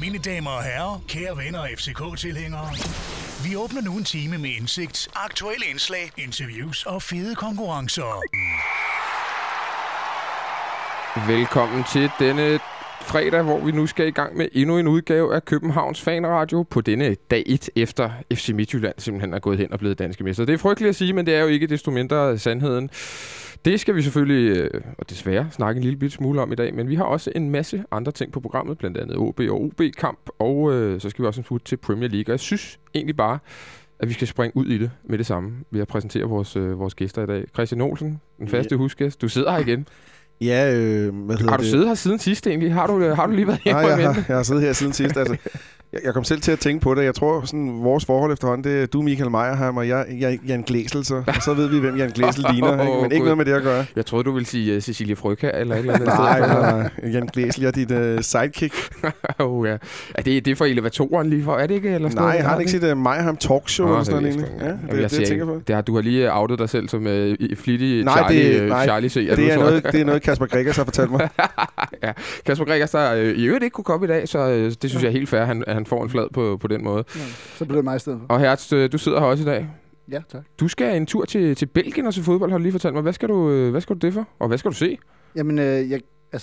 Mine damer og herrer, kære venner og FCK-tilhængere. Vi åbner nu en time med indsigt, aktuelle indslag, interviews og fede konkurrencer. Velkommen til denne fredag, hvor vi nu skal i gang med endnu en udgave af Københavns Fanradio på denne dag 1 efter FC Midtjylland simpelthen er gået hen og blevet danske mester. Det er frygteligt at sige, men det er jo ikke desto mindre sandheden. Det skal vi selvfølgelig, og desværre, snakke en lille bitte smule om i dag, men vi har også en masse andre ting på programmet, blandt andet OB og OB-kamp, og så skal vi også en smut til Premier League. Og jeg synes egentlig bare, at vi skal springe ud i det med det samme ved at præsentere vores gæster i dag. Christian Olsen, den faste husgæst. Du sidder her igen. Ja, har du siddet her siden sidst egentlig? Har du lige været her? Nej, jeg har siddet her siden sidst. Altså, jeg kom selv til at tænke på det. Jeg tror, sådan, vores forhold efterhånden, det er du, Michael Meyerheim, og jeg Jan Glæsel. Så ved vi, hvem Jan Glæsel ligner. Men ikke noget med det at gøre. Jeg troede, du ville sige Cecilie Frøkjær eller et eller andet. Nej, Jan Glæsel, jeg er dit sidekick. Ja. Er det for elevatoren lige for? Er det ikke? Eller nej, jeg har ikke set Meyerheim Talkshow eller sådan noget lignende. Ja, det tænker på. Du har lige outet dig selv som flittig Charlie-seer. Det er noget, Kasper Gregers har fortalt mig. Ja, Kasper Gregers, der i øvrigt ikke kunne komme i dag, så det synes jeg er helt fair, at han får en flad på den måde. Ja, så bliver det mig i stedet. Og Hertz, du sidder her også i dag. Ja, tak. Du skal en tur til Belgien og til fodbold, har du lige fortalt mig. Hvad skal du det for? Og hvad skal du se? Jamen, jeg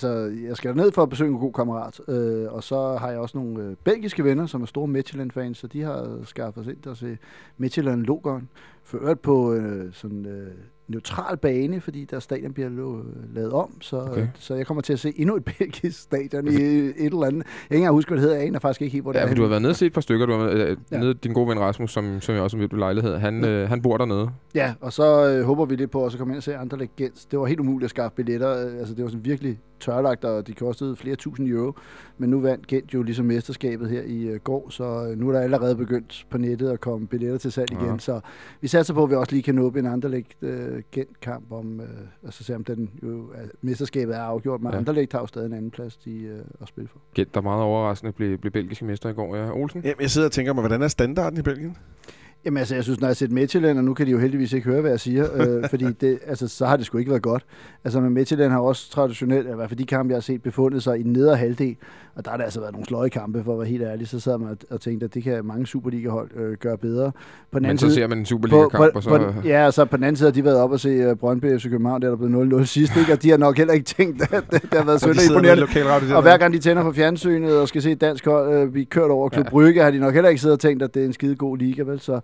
skal ned for at besøge en god kammerat, og så har jeg også nogle belgiske venner, som er store Midtjylland-fans, så de har skaffet sig ind til at se Midtjylland-logoen. For øvrigt på sådan neutral bane, fordi der stadion bliver lavet om, så jeg kommer til at se endnu et belgisk stadion i et eller andet. Jeg kan ikke engang huske, hvad det hedder. Jeg aner faktisk ikke helt, hvor det er. Ja, for du har været nede og set et par stykker. Du har været nede, din gode ven Rasmus, som jeg også har mødt ved lejlighed. Han bor dernede. Ja, og så håber vi lidt på at komme ind og se andre legends. Det var helt umuligt at skaffe billetter. Altså, det var sådan virkelig tørlagt, og de kostede flere tusind euro. Men nu vandt Gent jo ligesom mesterskabet her i går, så nu er der allerede begyndt på nettet at komme billetter til salg igen. Så vi satser på, at vi også lige kan nå op en Anderlecht Gent-kamp om, selvom den jo mesterskabet er afgjort, men Anderlecht har jo stadig en anden plads at spille for. Gent, der meget overraskende blev belgiske mester i går. Ja, Olsen? Jamen, jeg sidder og tænker mig, hvordan er standarden i Belgien? Jamen altså, jeg synes, når jeg har set Midtjylland, og nu kan de jo heldigvis ikke høre, hvad jeg siger, fordi så har det sgu ikke været godt. Altså, men Midtjylland har også traditionelt, i hvert fald de kampe, jeg har set, befundet sig i den nedre halvdel, og der har det altså været nogle sløje kampe, for at være helt ærlig. Så sad man og tænkte, at det kan mange Superliga-hold gøre bedre. På den men så ser man en Superliga-kamp, og så... Ja, så på den anden side har de været op og se Brøndby FC København, der er blevet 0-0 sidst, ikke? Og de har nok heller ikke tænkt, at det har været sødt imponerende. Og hver gang de tænder på fjernsynet og skal se et dansk hold blive kørt over Klub Brygge, har de nok heller ikke siddet og tænkt, at det er en skide god liga, vel? Så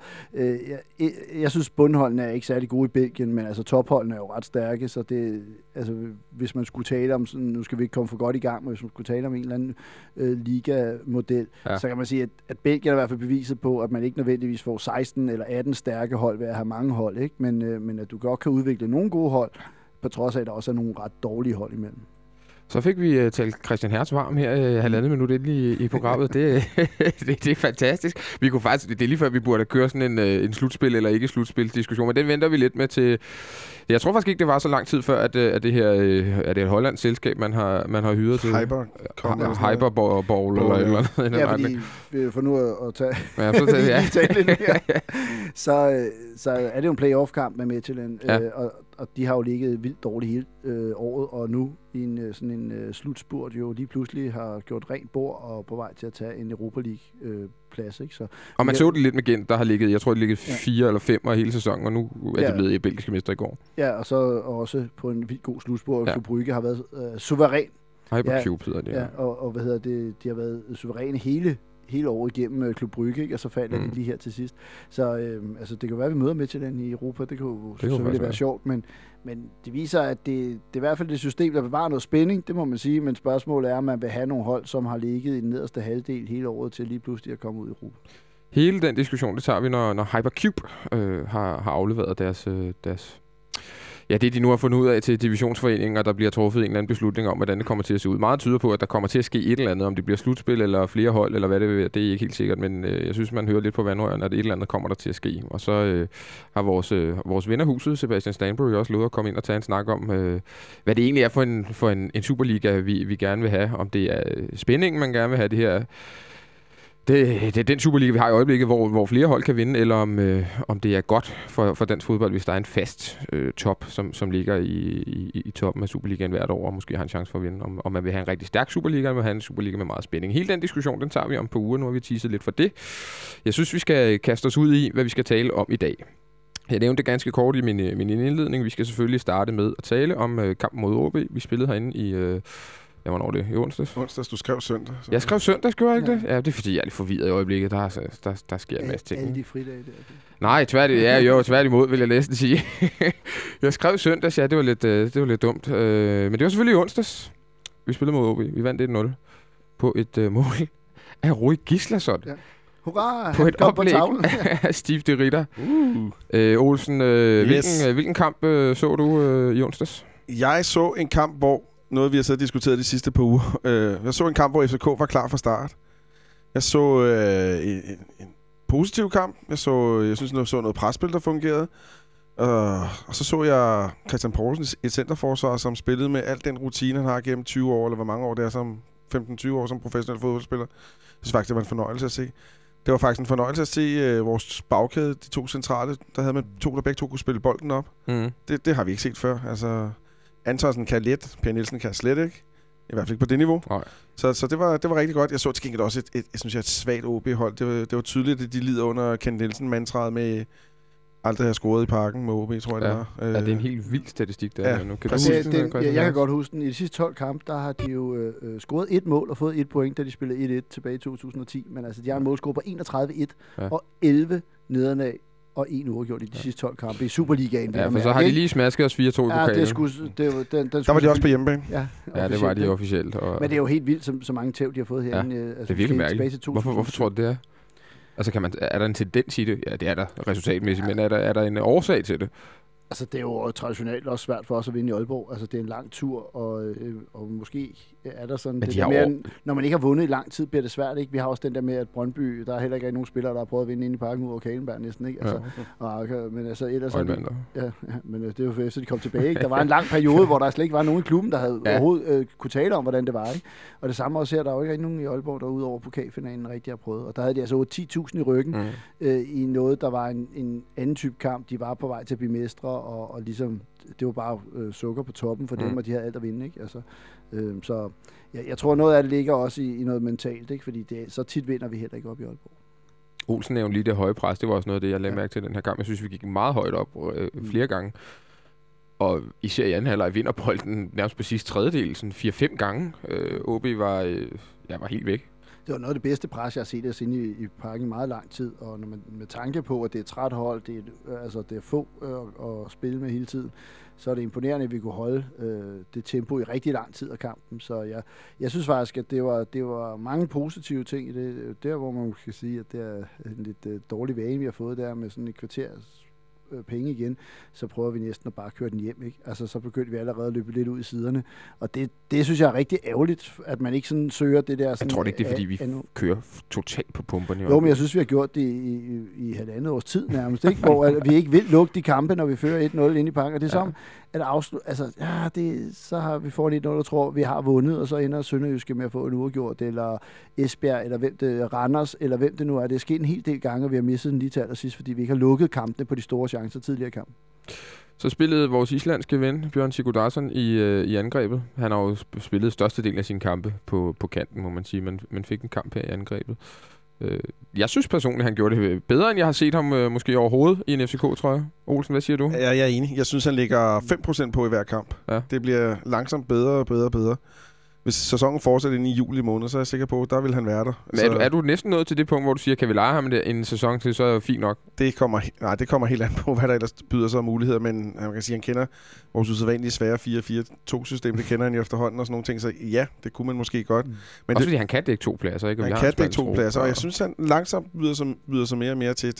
jeg synes, bundholdene er ikke særlig gode i Belgien, men altså topholdene er jo ret stærke, så det, altså, hvis man skulle tale om sådan, nu skal vi ikke komme for godt i gang, men hvis man skulle tale om en eller anden ligamodel, så kan man sige, at Belgien er i hvert fald beviset på, at man ikke nødvendigvis får 16 eller 18 stærke hold ved at have mange hold, ikke? Men at du godt kan udvikle nogle gode hold, på trods af, at der også er nogle ret dårlige hold imellem. Så fik vi talt Christian Hertz varm her halvandet minut ind i programmet. Det er fantastisk. Vi kunne faktisk, det er lige før, vi burde køre sådan en slutspil eller ikke slutspil diskussion, men den venter vi lidt med til. Jeg tror faktisk ikke, det var så lang tid før, at det her er det et hollandsk selskab, man har hyret til. Hyperball eller noget. Ja, fordi for nu at tage så er det jo en playoff-kamp med Midtjylland, og de har jo ligget vildt dårligt hele året, og nu i sådan en slutspurt jo lige pludselig har gjort rent bord og på vej til at tage en Europa League-plads. Ikke? Så, og man så det lidt med Gent, der har ligget, jeg tror det ligget 4 eller 5 hele sæsonen, og nu er det blevet i belgiske mester i går. Ja, og så også på en vildt god slutspurt, Klub Brygge har været suveræn. Hypercube hedder det. Ja, og hvad hedder det, de har været suveræne hele året igennem Klub Brygge, ikke? Og så falder de lige her til sidst. Så altså, det kan være, at vi møder Midtjylland i Europa. Det kan jo selvfølgelig være sjovt, men det viser, at det er i hvert fald det system, der bevarer noget spænding, det må man sige, men spørgsmålet er, om man vil have nogle hold, som har ligget i den nederste halvdel hele året til lige pludselig at komme ud i Europa. Hele den diskussion, det tager vi, når Hypercube har afleveret deres ja, det de nu har fundet ud af til divisionsforeningen, og der bliver truffet en eller anden beslutning om, hvordan det kommer til at se ud. Meget tyder på, at der kommer til at ske et eller andet, om det bliver slutspil eller flere hold, eller hvad det vil være. Det er ikke helt sikkert, men jeg synes, man hører lidt på vandrørene, at et eller andet kommer der til at ske. Og så har vores ven af huset, Sebastian Stanbury, også lovet at komme ind og tage en snak om, hvad det egentlig er for en Superliga, vi gerne vil have. Om det er spændingen, man gerne vil have, det her Det er den Superliga, vi har i øjeblikket, hvor flere hold kan vinde, eller om det er godt for dansk fodbold, hvis der er en fast top, som ligger i toppen af Superligaen hvert år, og måske har en chance for at vinde. Om man vil have en rigtig stærk Superliga, eller man vil have en Superliga med meget spænding. Hele den diskussion, den tager vi om på uger. Nu har vi teaset lidt for det. Jeg synes, vi skal kaste os ud i, hvad vi skal tale om i dag. Jeg nævnte det ganske kort i min indledning. Vi skal selvfølgelig starte med at tale om kampen mod OB. Vi spillede herinde i... hvornår det? I onsdags? Onsdags, du skrev søndag. Så. Jeg skrev søndag, skrev jeg ikke det? Ja, det er fordi, jeg er lidt forvirret i øjeblikket. Der sker en masse ting. Alle de fridage der. Nej, tværtimod, vil jeg næsten sige. Jeg skrev søndags, ja, det var lidt dumt. Men det var selvfølgelig i onsdags. Vi spillede mod OB. Vi vandt 1-0 på et mål af Rui Gislason. Ja. Hurra! På et oplæg af Steve de Ritter. Olsen, hvilken kamp så du i onsdags? Jeg så en kamp, hvor noget, vi har så diskuteret de sidste par uger. Jeg så en kamp, hvor FCK var klar fra start. Jeg så en positiv kamp. Jeg synes, jeg så noget presspil, der fungerede. Og så jeg Christian Poulsen, et centerforsvar, som spillede med al den rutine, han har gennem 20 år, eller hvor mange år det er, som 15-20 år som professionel fodboldspiller. Jeg synes faktisk, det var en fornøjelse at se. Det var faktisk en fornøjelse at se vores bagkæde, de to centrale. Der havde man der begge to kunne spille bolden op. Mm. Det har vi ikke set før. Altså... Antonsen kan let, Per Nielsen kan slet ikke. I hvert fald ikke på det niveau. Nej. Så det var rigtig godt. Jeg så til gengæld også et svagt OB-hold. Det var tydeligt, at de lider under Ken Nielsen-mantraet med aldrig have scoret i Parken med OB, tror jeg det var. Ja, det er en helt vild statistik, der. Ja, nu. Jeg kan godt huske den. I de sidste 12 kampe, der har de jo scoret 1 mål og fået 1 point, da de spillede 1-1 tilbage i 2010. Men altså, de har en målscore på 31-1 og 11 nederlag og 1 uafgjort i de sidste 12 kampe i Superligaen. Ja, for så har de lige smasket os 4-2 i pokalen. Der var de også på hjemmebane. Ja, det var de officielt. Men det er jo helt vildt, så mange tæv, de har fået herinde. Ja, det er virkelig mærkeligt. Hvorfor tror du det er? Altså, er der en tendens i det? Ja, det er der resultatmæssigt, men er der en årsag til det? Altså, det er jo traditionelt også svært for os at vinde i Aalborg. Altså, det er en lang tur, og måske er der sådan... Det der mere, når man ikke har vundet i lang tid, bliver det svært, ikke? Vi har også den der med, at Brøndby, der er heller ikke nogen spillere, der har prøvet at vinde inde i Parken ud over Kalenberg næsten, ikke? Altså, men altså, ellers... men det er jo efter, de kom tilbage, ikke? Der var en lang periode, hvor der slet ikke var nogen i klubben, der havde overhovedet kunne tale om, hvordan det var, ikke? Og det samme også her, der er jo ikke nogen i Aalborg, der udover pokalfinalen rigtig har prøvet. Og der havde de altså 10.000 i ryggen i noget, der var en anden type kamp. De var på vej til at blive mestre, og ligesom, det var bare sukker på toppen for dem, og de havde alt at vinde, ikke? Altså, så jeg tror, noget af det ligger også i noget mentalt, ikke? Fordi så tit vinder vi heller ikke op i Aalborg. Olsen nævnte lige det høje pres, det var også noget af det, jeg lagde mærke til den her kamp. Jeg synes, vi gik meget højt op flere gange. Og især i anden halvleg vinder bolden nærmest på sidste tredjedel, sådan 4-5 gange. OB var helt væk. Det var noget af det bedste pres, jeg har set os inde i Parken i meget lang tid, og når man med tanke på, at det er et træt hold, det er få at spille med hele tiden, så er det imponerende, at vi kunne holde det tempo i rigtig lang tid af kampen. Så jeg synes faktisk, at det var mange positive ting i det. Der, hvor man kan sige, at det er en lidt dårlig vane, vi har fået der med sådan et kvarters penge igen, så prøver vi næsten at bare køre den hjem, ikke? Altså, så begyndte vi allerede at løbe lidt ud i siderne. Og det synes jeg er rigtig ærgerligt, at man ikke sådan søger det der... Sådan, jeg tror ikke, det er, fordi vi kører totalt på pumperne. Jo, men jeg synes, vi har gjort det i halvandet års tid nærmest, ikke? Hvor vi ikke vil lukke de kampe, når vi fører 1-0 ind i Parken. Og det er som, at afslutte... Altså, så har vi fået 1-0 og tror, vi har vundet, og så ender Sønderjyske med at få en uafgjort, eller Esbjerg, eller hvem det Randers, eller hvem det nu er. Det er sket en hel del gange, og vi har misset den lige til allersidst, fordi vi ikke har lukket kampene på de store chancer tidligere kamp. Så spillede vores islandske ven, Bjørn Sigurdarsson, i angrebet. Han har jo spillet størstedelen af sine kampe på kanten, må man sige. Man fik en kamp her i angrebet. Jeg synes personligt, han gjorde det bedre, end jeg har set ham måske overhovedet i en FCK-trøje. Olsen, hvad siger du? Ja, jeg er enig. Jeg synes, han ligger 5% på i hver kamp. Ja. Det bliver langsomt bedre og bedre og bedre. Hvis sæsonen fortsætter ind i juli måned, så er jeg sikker på, at der vil han være der. Men er du næsten nået til det punkt, hvor du siger, kan vi lege ham en sæson til, så er det fint nok? Det kommer helt an på, hvad der ellers byder sig af muligheder, men man kan sige, at han kender vores usædvanlige svære 4-4-2-system, det kender han jo efterhånden og sådan nogle ting, så ja, det kunne man måske godt. Men også fordi han kan dække 2 pladser, ikke? Han kan dække 2 pladser, og jeg synes, han langsomt byder sig mere og mere til.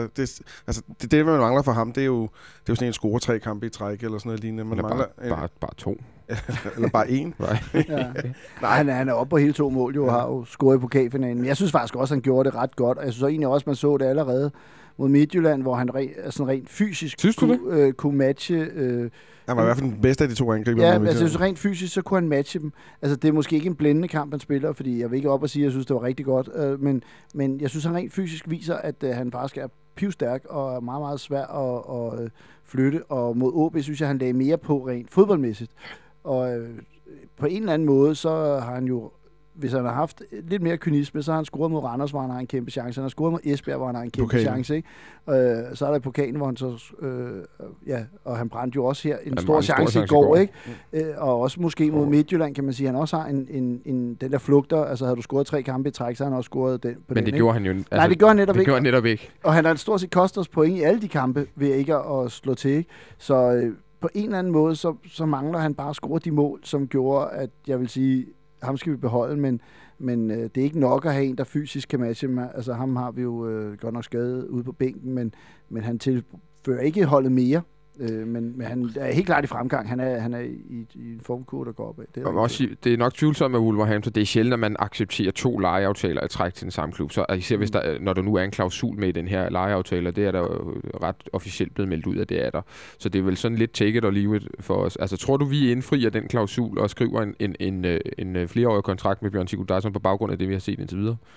Det man mangler for ham, det er jo sådan en score 3 kampe i træk, eller sådan noget lignende. Man mangler bare 2. Eller bare 1. Nej, han er oppe på hele 2 mål, jo, og har jo scoret i pokalfinalen. Men jeg synes faktisk også, han gjorde det ret godt, og jeg synes egentlig også, man så det allerede mod Midtjylland, hvor han rent fysisk kunne matche... Han var i hvert fald den bedste af de to angriber. Ja, altså jeg synes, rent fysisk, så kunne han matche dem. Altså det er måske ikke en blændende kamp, han spiller, fordi jeg vil ikke op og sige, at jeg synes, det var rigtig godt. Men jeg synes, han rent fysisk viser, at han faktisk er pivstærk og er meget, meget svær at flytte. Og mod OB synes jeg, han lagde mere på rent fodboldmæssigt. Og på en eller anden måde, så har han jo, hvis han har haft lidt mere kynisme, så har han scoret mod Randers, hvor han har en kæmpe chance. Han har scoret mod Esbjerg, hvor han har en kæmpe chance. Ikke? Så er der pokalen, hvor han så... og han brændte jo også her en stor chance i går. Ikke? Og også måske mod Midtjylland, kan man sige. Han også har den der flugter. Altså havde du scoret 3 kampe i træk, så har han også scoret den. Men det gjorde han jo... Altså, nej, det gjorde han netop ikke. Det gjorde han netop ikke. Og han har stort set kostet os point i alle de kampe, ved ikke at slå til. Ikke? Så på en eller anden måde, så mangler han bare at score de mål, som gjorde, at jeg vil sige... Ham skal vi beholde, men det er ikke nok at have en, der fysisk kan matche med. Altså ham har vi jo godt nok skadet ude på bænken, men han tilfører ikke holdet mere. Men han er helt klart i fremgang. Han er i en formkurve, der går opad. Det er nok tvivlsomt med Wolverhampton. Det er sjældent, at man accepterer 2 lejeaftaler i træk til den samme klub. Så især hvis når der nu er en klausul med i den her lejeaftale, det er der jo ret officielt blevet meldt ud, at det er der. Så det er vel sådan lidt take it or leave it for os. Altså tror du, vi indfrier den klausul og skriver en flereårig kontrakt med Bjørn Sigurdsson på baggrund af det, vi har set indtil videre?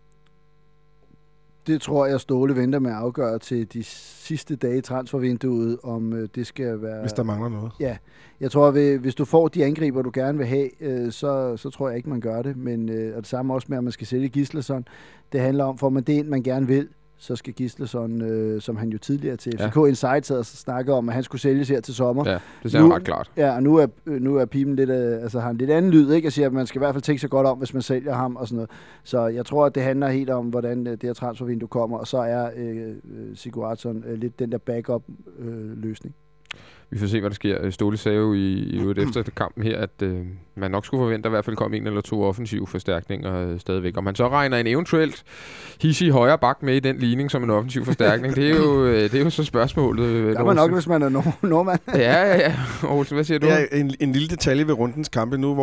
Det tror jeg, Ståle venter med at afgøre til de sidste dage i transfervinduet, om det skal være... Hvis der mangler noget. Ja. Jeg tror, hvis du får de angriber, du gerne vil have, så tror jeg ikke, man gør det. Men og det samme også med, at man skal sælge Gislason. Det handler om, får man det ind, man gerne vil, så skal Gislason, som han jo tidligere til FCK Insight havde snakket om, at han skulle sælges her til sommer. Ja, det ser ret klart. Ja, og nu er pipen lidt, har en lidt anden lyd, ikke? Jeg siger, at man skal i hvert fald tænke sig godt om, hvis man sælger ham og sådan noget. Så jeg tror, at det handler helt om, hvordan det her transfervindue kommer, og så er Sigurdsson lidt den der backup-løsning. Vi får se, hvad der sker. Ståle sagde jo i øvrigt efter kampen her, at man nok skulle forvente, at i hvert fald kom 1 eller 2 offensive forstærkninger stadigvæk. Om man så regner en eventuelt hissig højre bak med i den ligning som en offensiv forstærkning, det er jo så spørgsmålet. Gør man nok, hvis man er nordmand. Ja. Olsen, hvad siger du? Ja, en lille detalje ved rundens kampe. Nu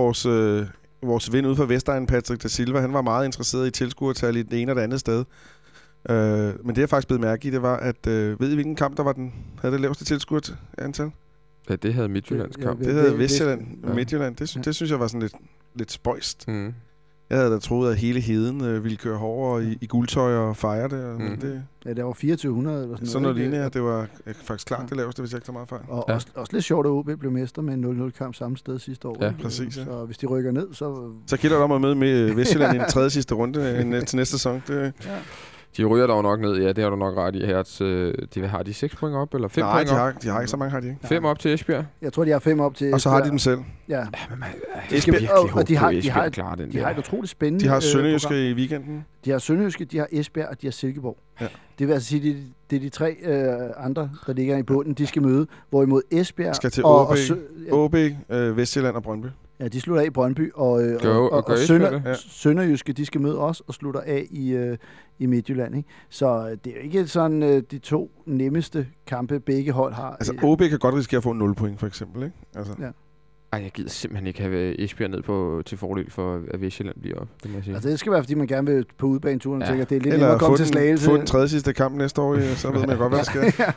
vores ven ude fra Vestegnen, Patrick da Silva, han var meget interesseret i tilskuertal i det ene og det andet sted. Men det jeg faktisk blevet mærke i, det var, at ved I hvilken kamp, der havde det laveste tilskuerantal? Ja, det havde Midtjyllands kamp. Det havde Vestjylland og Midtjylland. Det synes jeg var sådan lidt spøjst. Mm. Jeg havde da troet, at hele heden ville køre hårdere i guldtøj og fejre det. Ja, der var 2400 eller sådan noget lignende her. Det var faktisk klart det laveste, hvis jeg ikke tager meget fejl. Og også lidt sjovt, at OB blev mester med en 0-0 kamp samme sted sidste år. Ja, præcis. Ja. Så hvis de rykker ned, så gælder det om at møde med Vestjylland i den tredje sidste runde til næste sæson. Det... Ja. De ryger dog nok ned, ja, det har du nok ret i. Har de 6 point op, eller 5 point op? Nej, de har ikke så mange, har de ikke. 5 op til Esbjerg? Jeg tror, de har 5 op til Esbjerg. Og så har de dem selv. Ja. Og de har et utroligt spændende... De har Sønderjyske i weekenden. De har Sønderjyske, de har Esbjerg, og de har Silkeborg. Ja. Det vil altså sige, det er de 3 andre, der ligger i bunden, de skal møde. Hvorimod Esbjerg... Skal til OB, Vestjylland og Brøndby. Ja, de slutter af i Brøndby, og Sønderjyske, de skal møde os og slutter af i Midtjylland. Ikke? Så det er jo ikke sådan de 2 nemmeste kampe, begge hold har. Altså OB kan godt risikere at få 0 point, for eksempel, ikke? Altså. Ja. Ej, jeg gider simpelthen ikke have Esbjerg ned til fordel for, at Vestjylland bliver op. Det må jeg sige. Altså det skal være, fordi man gerne vil på udebaneturen og tænker, at det er lidt nemmere at komme til Slagelse. Få den tredje sidste kamp næste år, så ved man godt, hvad der sker.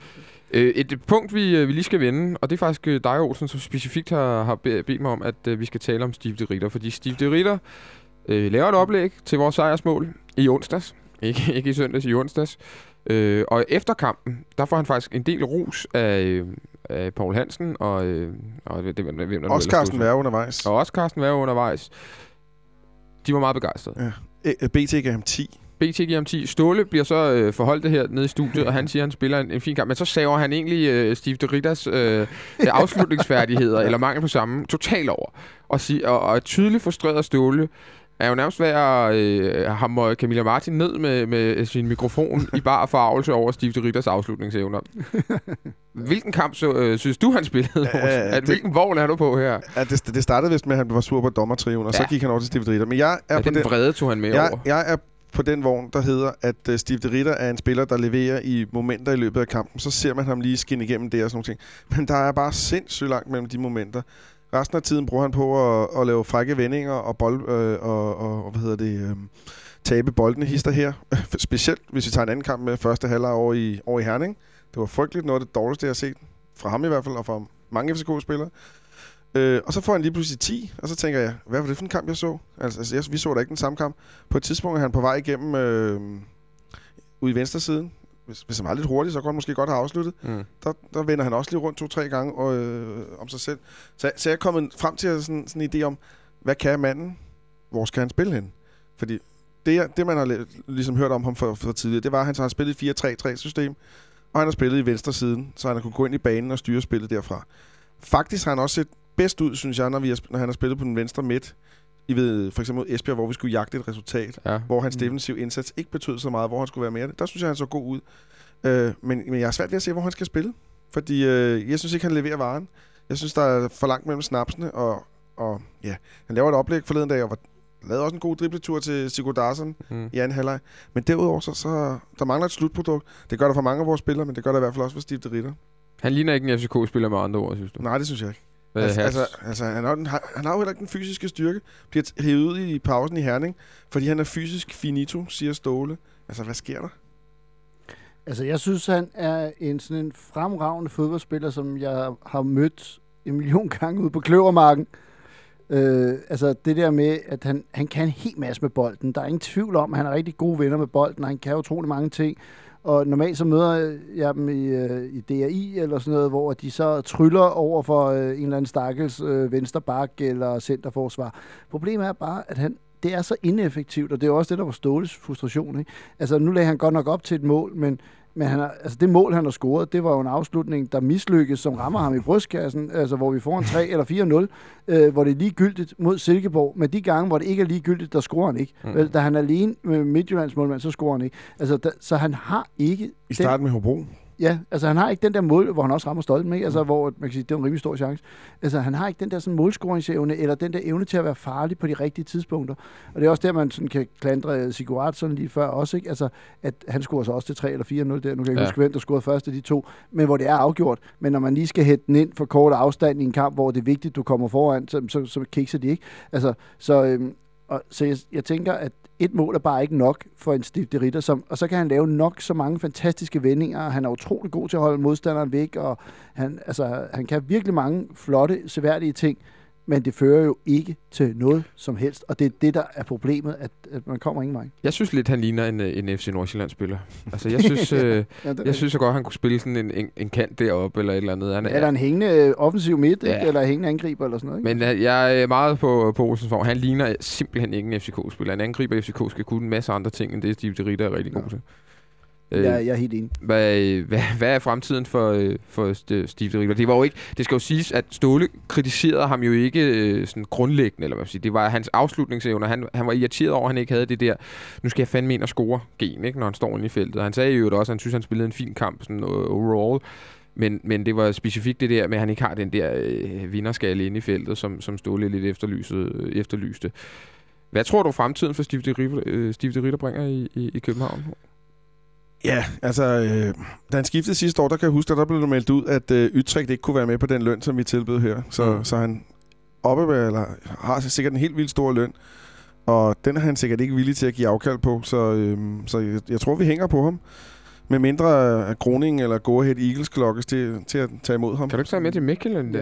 Et punkt, vi lige skal vende, og det er faktisk dig, Olsen, som specifikt har bedt mig om, at vi skal tale om Steve de Ritter. Fordi Steve de Ritter laver et oplæg til vores sejrsmål i onsdags. Ikke i søndags, i onsdags. Og efter kampen, der får han faktisk en del ros af Paul Hansen og også Carsten Werge undervejs. Og også Carsten Werge undervejs. De var meget begejstrede. Ja. BT gav ham 10. BT giver ham 10. Ståle bliver så forholdt det her nede i studiet, og han siger, at han spiller en fin kamp. Men så saver han egentlig Steve de Ritters afslutningsfærdigheder, eller mangel på samme, totalt over. Og et tydeligt frustreret Ståle er jo nærmest ved at ham og Camilla Martin ned med sin mikrofon i bar forarvelse over Steve de Ritters afslutningsevner. Hvilken kamp synes du, han spillede? Hvilken vogn er du på her? Ja, det startede vist med, at han var sur på dommertriven, og så gik han over til Steve de Ritter. Men jeg er på den vrede tog han med over. Jeg er på den vogn, der hedder, at Steve de Ritter er en spiller, der leverer i momenter i løbet af kampen. Så ser man ham lige skinne igennem det og sådan nogle ting. Men der er bare sindssygt langt mellem de momenter. Resten af tiden bruger han på at lave frække vendinger og tabe boldene hister her. Specielt hvis vi tager en anden kamp med første halvleg over i Herning. Det var frygteligt noget af det dårligste, jeg har set. Fra ham i hvert fald, og fra mange FCK-spillere. Og så får han lige pludselig 10, og så tænker jeg, hvad var det for en kamp, jeg så? Altså vi så da ikke den samme kamp. På et tidspunkt er han på vej igennem ude i venstre siden. Hvis han var lidt hurtigt, så kunne han måske godt have afsluttet. Der vender han også lige rundt 2-3 gange om sig selv. Så jeg er kommet frem til sådan en idé om, hvad kan manden? Hvor skal han spille hen? Fordi det man har ligesom hørt om ham for tidligere, det var, at han så har spillet et 4-3-3-system, og han har spillet i venstre siden, så han har kunnet gå ind i banen og styre spillet derfra. Faktisk har han også set bedst ud, synes jeg, når han har spillet på den venstre midt. I ved for eksempel Esbjerg, hvor vi skulle jagte et resultat, hvor hans defensiv indsats ikke betød så meget, hvor han skulle være mere. Der synes jeg, han så god ud. Men jeg er svært ved at se, hvor han skal spille. Fordi jeg synes ikke, han leverer varen. Jeg synes, der er for langt mellem snapsene, og ja, han laver et oplæg forleden dag, og lavede også en god dribletur til Sigurd Darsson i anden halvleg. Men derudover, så der mangler et slutprodukt. Det gør der for mange af vores spillere, men det gør der i hvert fald også for Steve de Ritter. Han ligner ikke en FCK-spiller med andre ord, synes du? Nej, det synes jeg ikke. Han har jo heller ikke den fysiske styrke. Bliver hævet ud i pausen i Herning, fordi han er fysisk finito, siger Ståle. Altså, hvad sker der? Altså, jeg synes, han er sådan en fremragende fodboldspiller, som jeg har mødt 1 million gange ude på Kløvermarken. Altså, det der med, at han kan en hel masse med bolden. Der er ingen tvivl om, at han er rigtig gode venner med bolden, og han kan utrolig mange ting. Og normalt så møder jeg dem i DRI eller sådan noget, hvor de så tryller over for en eller anden stakkels vensterbak eller centerforsvar. Problemet er bare, at det er så ineffektivt, og det er også det, der var Ståles frustration. Ikke? Altså, nu lagde han godt nok op til et mål, men det mål, han har scoret, det var jo en afslutning, der mislykkes, som rammer ham i brystkassen, altså hvor vi får en 3 eller 4-0, hvor det er ligegyldigt mod Silkeborg. Men de gange, hvor det ikke er ligegyldigt, der scorer han ikke. Vel, da han er alene med Midtjyllands målmand, så scorer han ikke. Altså, så han har ikke... I starten med Hobro. Ja, altså han har ikke den der mål, hvor han også rammer Stolten, ikke? Altså hvor man kan sige, det er en rimelig stor chance. Altså han har ikke den der sådan målscoringsevne, eller den der evne til at være farlig på de rigtige tidspunkter. Og det er også der, man sådan kan klandre Sigurd sådan lige før også, ikke? Altså at han scorer så også til 3 eller 4-0 der. Nu kan jeg ikke huske, hvem der scorede først af de to, men hvor det er afgjort. Men når man lige skal hætte den ind for kort afstand i en kamp, hvor det er vigtigt, du kommer foran, så kikser de ikke. Altså, så jeg tænker, at et mål er bare ikke nok for en Steve de Ritter, og så kan han lave nok så mange fantastiske vendinger. Han er utrolig god til at holde modstanderen væk, og han kan virkelig mange flotte, seværdige ting, men det fører jo ikke til noget som helst, og det er det, der er problemet, at man kommer ingen vej. Jeg synes lidt, han ligner en FC Nordsjælland-spiller. Altså, jeg synes, jeg synes godt, han kunne spille sådan en kant deroppe, eller et eller andet. Eller en hængende offensiv midt, ja. Eller hængende angriber, eller sådan noget. Ikke? Men jeg er meget på Olsens form. Han ligner simpelthen ikke en FCK-spiller. En angriber i FCK skal kunne en masse andre ting, end det Steve de Ritter er rigtig god til. Jeg er helt enig. Hvad er fremtiden for Steve de Ritter? Det var jo ikke. Det skal jo siges, at Ståle kritiserede ham jo ikke sådan grundlæggende, eller hvad man siger. Det var hans afslutningsevner. Han var irriteret over, at han ikke havde det der. Nu skal jeg fandme ind og score gen, ikke, når han står inde i feltet. Og han sagde jo også, at han synes, han spillede en fin kamp sådan overall. Men det var specifikt det der med, at han ikke har den der vinderskalle inde i feltet, som Ståle lidt efterlyste. Hvad tror du fremtiden for Steve de Ritter bringer i København? Ja, altså, da han skiftede sidste år, der kan jeg huske, at der blev meldt ud, at Utrecht ikke kunne være med på den løn, som vi tilbød her. Så han har sikkert en helt vildt stor løn, og den er han sikkert ikke villig til at give afkald på, så jeg tror, vi hænger på ham. Med mindre af Groningen eller Go Ahead Eagles klokkes til at tage imod ham. Kan du ikke tage med til Midtjylland?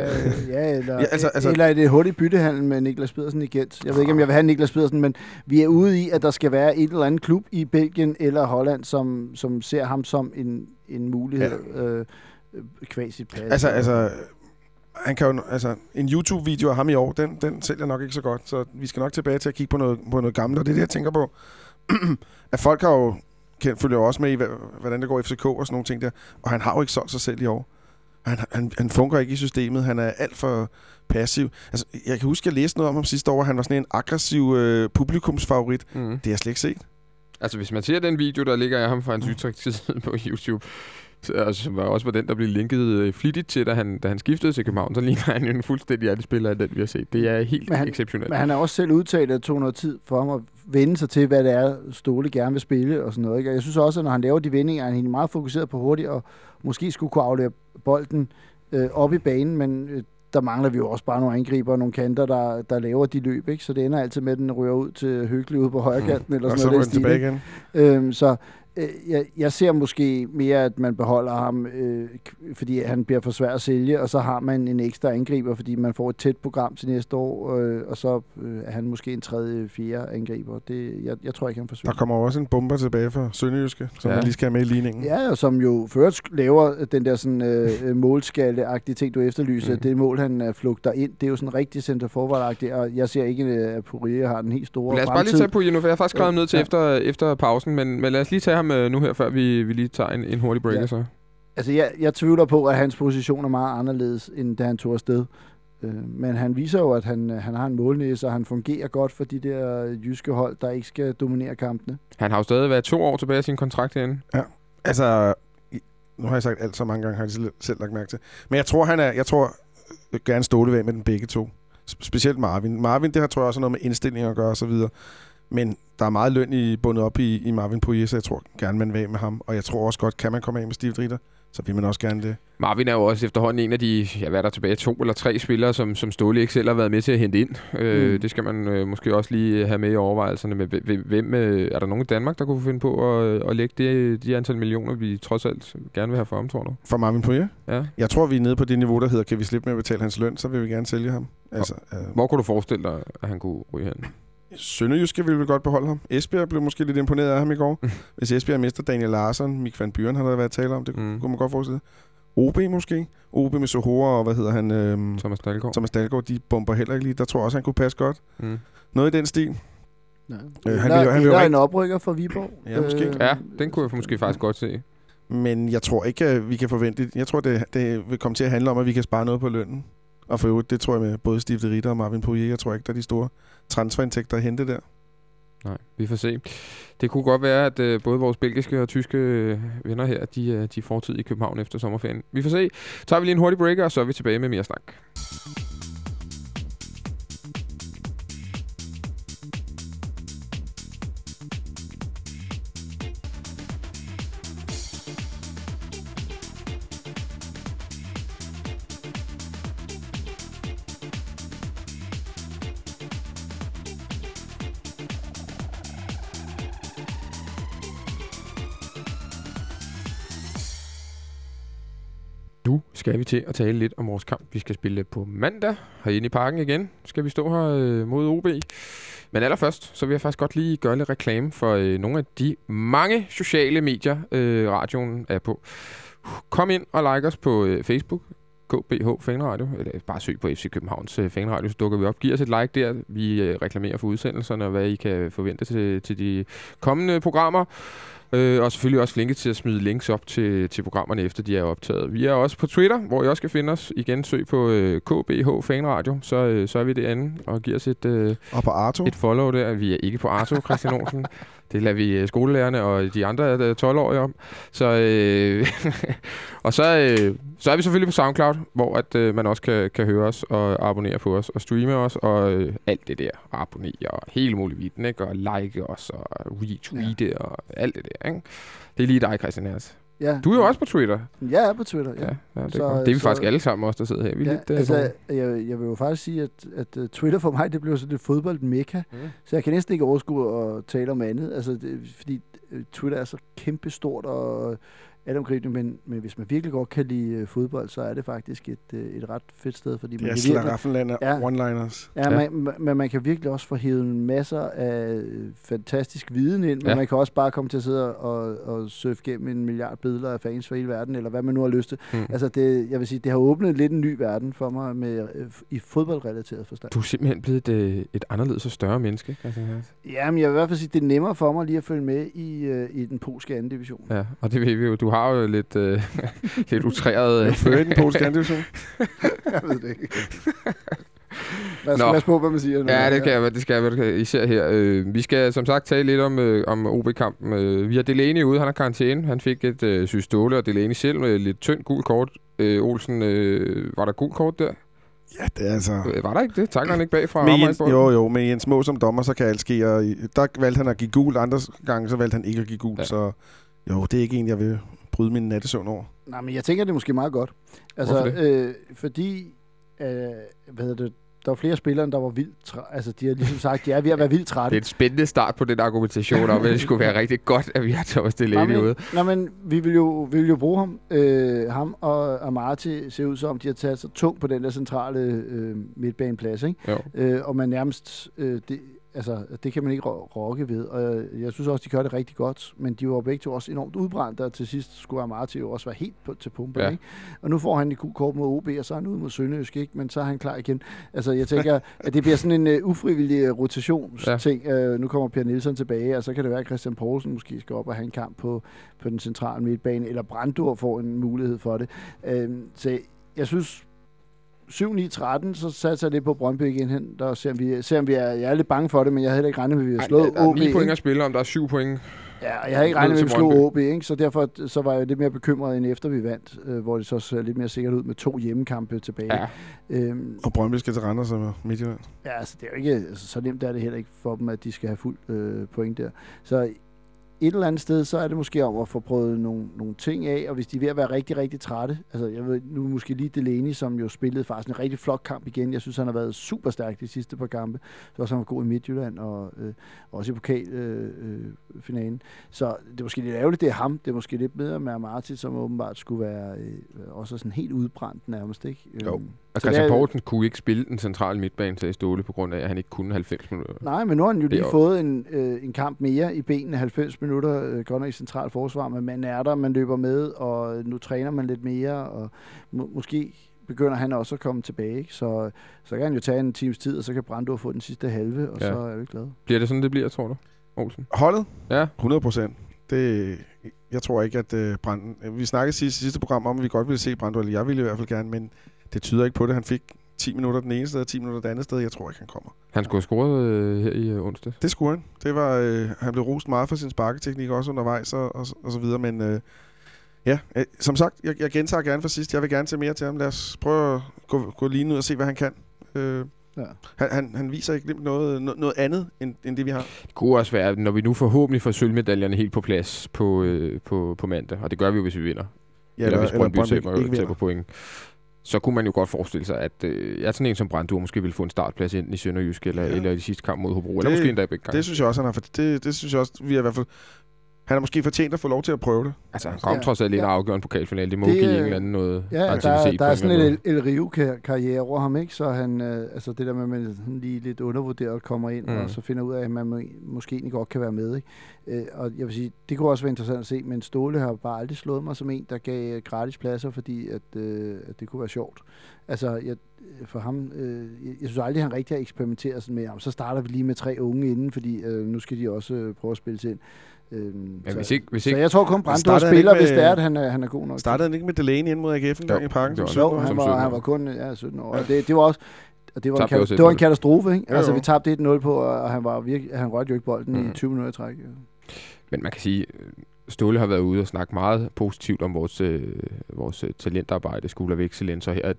Eller er det hurtigt byttehandel med Niklas Pedersen i Gent? Jeg ved ikke, om jeg vil have Niklas Pedersen, men vi er ude i, at der skal være et eller andet klub i Belgien eller Holland, som ser ham som en mulighed. Kvasit pas. Han kan jo, en YouTube-video af ham i år, den sælger nok ikke så godt, så vi skal nok tilbage til at kigge på noget gammelt, og det er det, jeg tænker på. At folk har jo følger jo også med i, hvordan det går i FCK og sådan nogle ting der. Og han har jo ikke solgt sig selv i år. Han fungerer ikke i systemet. Han er alt for passiv. Altså, jeg kan huske, at jeg læste noget om ham sidste år. Han var sådan en aggressiv publikumsfavorit. Det har jeg slet ikke set. Altså, hvis man ser den video, der ligger af ham fra hans Utrecht-side på YouTube, altså, var også på den, der blev linket flittigt til, da han skiftede til København, så ligner han jo en fuldstændig anden spiller, end den vi har set. Det er helt exceptionelt. Men han har også selv udtalt, at det tog noget tid for ham at vende sig til, hvad det er, Ståle gerne vil spille og sådan noget. Ikke? Og jeg synes også, at når han laver de vendinger, er han meget fokuseret på hurtigt, og måske skulle kunne aflevere bolden op i banen, men der mangler vi jo også bare nogle angriber og nogle kanter, der laver de løb, ikke? Så det ender altid med, at den ryger ud til Høgli ude på højre kanten, eller sådan noget. Og så tilbage igen. Så jeg ser måske mere, at man beholder ham, fordi han bliver for svær at sælge, og så har man en ekstra angriber, fordi man får et tæt program til næste år, og så er han måske en 3.-4. angriber. Jeg tror ikke, han forsvinder. Der kommer også en bomber tilbage fra Sønderjyske, som man lige skal have med i ligningen. Ja, og som jo først laver den der sådan målskalle-agtige ting, du efterlyser. Det mål, han flugter ind, det er jo sådan rigtig center-forward-agtigt, og jeg ser ikke, at Poirier har den helt store fremtid. Lad os bare lige tage Poirier nu, for jeg har faktisk skrevet ned til efter pausen, men lad os lige tage ham nu her, før vi lige tager en hurtig breaker så. Altså, jeg tvivler på, at hans position er meget anderledes, end da han tog afsted. Men han viser jo, at han har en målnæse, og han fungerer godt for de der jyske hold, der ikke skal dominere kampene. Han har jo stadig været 2 år tilbage af sin kontrakt herinde. Ja, altså, nu har jeg sagt alt så mange gange, har jeg selv lagt mærke til. Men jeg tror, jeg gerne ståle ved med den begge to. Specielt Marvin. Marvin, det har tror jeg også noget med indstillinger at gøre og så videre. Men der er meget løn bundet op i Marvin Poirier, så jeg tror gerne, man vil af med ham. Og jeg tror også godt, kan man komme af med Steve Dritter, så vil man også gerne det. Marvin er jo også efterhånden en af de, hvad der tilbage, 2 eller 3 spillere, som Ståle ikke selv har været med til at hente ind. Det skal man måske også lige have med i overvejelserne. Men hvem, er der nogen i Danmark, der kunne finde på at lægge de antal millioner, vi trods alt gerne vil have for ham, tror du? For Marvin Poirier? Ja. Jeg tror, vi er nede på det niveau, der hedder, kan vi slippe med at betale hans løn, så vil vi gerne sælge ham. Altså, hvor kunne du forestille dig, at han kunne ryge hen? Sønderjyske ville vi godt beholde ham. Esbjerg blev måske lidt imponeret af ham i går. Hvis Esbjerg mister Daniel Larsen, Mik van Buren har der været tale om, det kunne man godt forestille. OB måske. OB med Sohora og hvad hedder han? Thomas Dahlgaard, de bomber heller ikke lige. Der tror jeg også, han kunne passe godt. Noget i den stil. Ja. Han er en oprykker for Viborg. Ja, måske. Ja, den kunne jeg måske faktisk godt se. Men jeg tror ikke, at vi kan forvente... Jeg tror, det vil komme til at handle om, at vi kan spare noget på lønnen. Og for øvrigt, det tror jeg med både Steve Dritter og Marvin Poirier, jeg tror ikke, der er de store transferindtægter at hente der. Nej, vi får se. Det kunne godt være, at både vores belgiske og tyske venner her, de får tid i København efter sommerferien. Vi får se. Tager vi lige en hurtig breaker, og så er vi tilbage med mere snak. Nu skal vi til at tale lidt om vores kamp. Vi skal spille på mandag herinde i parken igen. Skal vi stå her mod OB. Men allerførst, så vil jeg faktisk godt lige gøre lidt reklame for nogle af de mange sociale medier, radioen er på. Kom ind og like os på Facebook, KBH Fanradio, eller bare søg på FC Københavns Fanradio, så dukker vi op. Giv os et like der. Vi reklamerer for udsendelserne og hvad I kan forvente til de kommende programmer. Og selvfølgelig også flinke til at smide links op til programmerne, efter de er optaget. Vi er også på Twitter, hvor I også kan finde os. Igen søg på KBH Fanradio, så er vi derinde og giver os og på Arto. Et follow der. Vi er ikke på Arto, Christian Olsen. Det lader vi skolelærerne og de andre 12-årige om. Så, og så er vi selvfølgelig på SoundCloud, hvor at man også kan høre os og abonnere på os og streame os og alt det der. Abonnere og hele muligheden, ikke? Og like os og retweete og alt det der, ikke? Det er lige dig, Christian Hers. Ja. Du er jo også på Twitter. Jeg er på Twitter, ja. Det er vi faktisk alle sammen også, der sidder her. Vi jeg vil jo faktisk sige, at Twitter for mig, det blev sådan et fodbold-mekka. Så jeg kan næsten ikke overskue at tale om andet. Altså, fordi Twitter er så kæmpestort og altomgribende, men hvis man virkelig godt kan lide fodbold, så er det faktisk et ret fedt sted. Fordi det er slaraffenland og one-liners. Ja, men man kan virkelig også få hævet masser af fantastisk viden ind, men man kan også bare komme til at sidde og surfe gennem 1 milliard billeder af fans for hele verden, eller hvad man nu har lyst til. Altså, jeg vil sige, det har åbnet lidt en ny verden for mig i fodboldrelateret forstand. Du er simpelthen blevet et anderledes og større menneske, Christian Hers. Ja, men jeg vil i hvert fald sige, det er nemmere for mig lige at følge med i den polske anden division. Ja, og det ved vi jo. Du har jo lidt utræret... Før i den polske anden division? Jeg ved det ikke. Lad os på, hvad man siger. Ja, det skal jeg især her. Vi skal som sagt tale lidt om OB-kampen. Vi har Delaney ude, han har karantæne. Han fik et Ståle og Delaney selv med lidt tyndt gult kort. Olsen, var der gult kort der? Ja, det er altså... Var der ikke det? Takker han ikke bagfra? Jo, men Jens Må som dommer, så kan alt ske. Der valgte han at give gult, andre gange så valgte han ikke at give gult. Ja. Så jo, det er ikke en, jeg vil bryde min nattesøvn over. Nej, men jeg tænker, det er måske meget godt. Altså, fordi der var flere spillere, der var vildt altså, de har ligesom sagt, de er ved at være vildt trætte. Det er en spændende start på den argumentation om, at det skulle være rigtig godt, at vi har Thomas Delaney ude. Nej, men vi vil jo bruge ham. Ham og Amartey ser ud som, de har taget så tungt på den der centrale midtbaneplads, ikke? Og man nærmest... det kan man ikke rokke ved, og jeg synes også, de gør det rigtig godt, men de var begge to også enormt udbrændte, og til sidst skulle Amartey jo også være helt til pumpen, ikke? Og nu får han et kort mod OB, og så er han ude mod Sønderjysk, ikke? Men så er han klar igen. Altså, jeg tænker, at det bliver sådan en ufrivillig rotationsting. Nu kommer Per Nielsen tilbage, og så kan det være, at Christian Poulsen måske skal op og have en kamp på den centrale midtbane, eller Brandur får en mulighed for det. Så jeg synes, 7-9-13, så satser jeg lidt på Brøndby igen hen. Der ser om vi er... Jeg er lidt bange for det, men jeg havde heller ikke regnet med, at vi har slået OB. Der er 9 point at spille om, der er 7 point. Ja, og jeg havde ikke regnet med, at vi slog OB, ikke? Så derfor så var jeg lidt mere bekymret, end efter vi vandt, hvor det så ser lidt mere sikkert ud med 2 hjemmekampe tilbage. Ja. Og Brøndby skal til Randers og Midtjylland. Ja, altså det er jo ikke... så nemt er det heller ikke for dem, at de skal have fuld point der. Så et eller andet sted, så er det måske om at få prøvet nogle ting af, og hvis de er ved at være rigtig, rigtig trætte, altså jeg ved nu måske lige Delaney, som jo spillede faktisk en rigtig flot kamp igen. Jeg synes, han har været super stærk de sidste par kampe. Så også han var god i Midtjylland, og også i pokalfinalen. Så det er måske lidt ærgerligt, det er ham. Det er måske lidt bedre med Amartey, som åbenbart skulle være også sådan helt udbrændt nærmest, ikke? Jo. Og Christian Poulsen kunne ikke spille den centrale midtbane til Ståle, på grund af, at han ikke kunne 90 minutter. Nej, men nu har han jo lige fået en kamp mere i benene, 90 minutter, godt nok i central forsvar, men man er der, man løber med, og nu træner man lidt mere, og måske begynder han også at komme tilbage, ikke? Så kan han jo tage en times tid, og så kan Brandur få den sidste halve, og så er vi glade. Bliver det sådan, det bliver, tror du, Olsen? Holdet? Ja. 100%. Jeg tror ikke, at vi snakkede sidste program om, at vi godt ville se Brandur, eller jeg ville i hvert fald gerne, men det tyder ikke på det. Han fik 10 minutter den ene sted, og 10 minutter det andet sted. Jeg tror ikke, han kommer. Han skulle have scoret her i onsdag. Det skulle han. Det var, han blev rost meget for sin sparketeknik også undervejs og så videre, men som sagt, jeg gentager gerne for sidst. Jeg vil gerne se mere til ham. Lad os prøve at gå lige ud og se, hvad han kan. Han viser ikke noget andet, end det vi har. Det kunne også være, når vi nu forhåbentlig får sølvmedaljerne helt på plads på mandag, og det gør vi jo, hvis vi vinder. Ja, eller hvis Brøndby taber point. Så kunne man jo godt forestille sig, at sådan en som Brandur måske ville få en startplads enten i Sønderjysk eller i de sidste kamp mod Hobro. Eller måske endda i begge gange. Det synes jeg også, han har. Det synes jeg også, vi har i hvert fald... Han har måske fortjent at få lov til at prøve det. Altså, han kom trods alt lidt afgørende en pokalfinale. Det må give England noget aktivitet. Der er sådan en El Rio-karriere over ham, ikke? Så han, altså det der med, at man lige lidt undervurderet kommer ind, og så finder ud af, at man måske egentlig godt kan være med, ikke? Og jeg vil sige, det kunne også være interessant at se, men Ståle har bare aldrig slået mig som en, der gav gratis pladser, fordi at det kunne være sjovt. Altså, for ham, jeg synes aldrig, han rigtig har eksperimenteret sådan med, så starter vi lige med 3 unge inden, fordi nu skal de også prøve at spille til ind. Så jeg tror kun Brandur spiller, hvis det er, at han er god nok. Startede han ikke med Delaney ind mod AGF en gang i Parken? Han var kun 17 år. Og det var også... Og det var en katastrofe, ikke? Altså, vi tabte 1-0 på, og han rørte jo ikke bolden i 20 minutter i træk. Ja. Men man kan sige, Ståle har været ude og snakke meget positivt om vores talentarbejde, School of Excellence, her,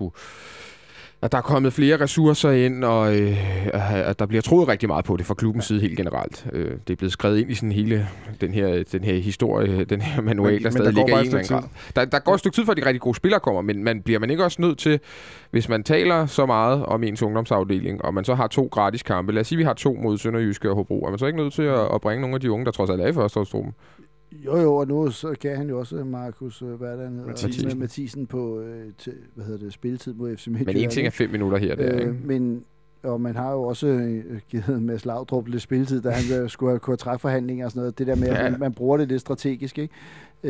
at der er kommet flere ressourcer ind, og at der bliver troet rigtig meget på det fra klubbens side helt generelt. Det er blevet skrevet ind i sådan hele den her historie, den her manual, der stadig ligger i en eller anden grad. Der går et stykke tid, før de rigtig gode spillere kommer, men bliver man ikke også nødt til, hvis man taler så meget om ens ungdomsafdeling, og man så har 2 gratis kampe, lad os sige, vi har 2 mod Sønderjyske og Hobro, er man så ikke nødt til at bringe nogle af de unge, der trods alt er i førsteårstruppen? Jo, og nu så gav han jo også Markus Mathisen på spilletid mod FC Midtjylland. Men en ting er 5 minutter her der, ikke? Og man har jo også givet Mads Laudrup lidt spilletid, da han skulle have træfforhandlinger og sådan noget. Det der med, at man bruger det lidt strategisk, ikke?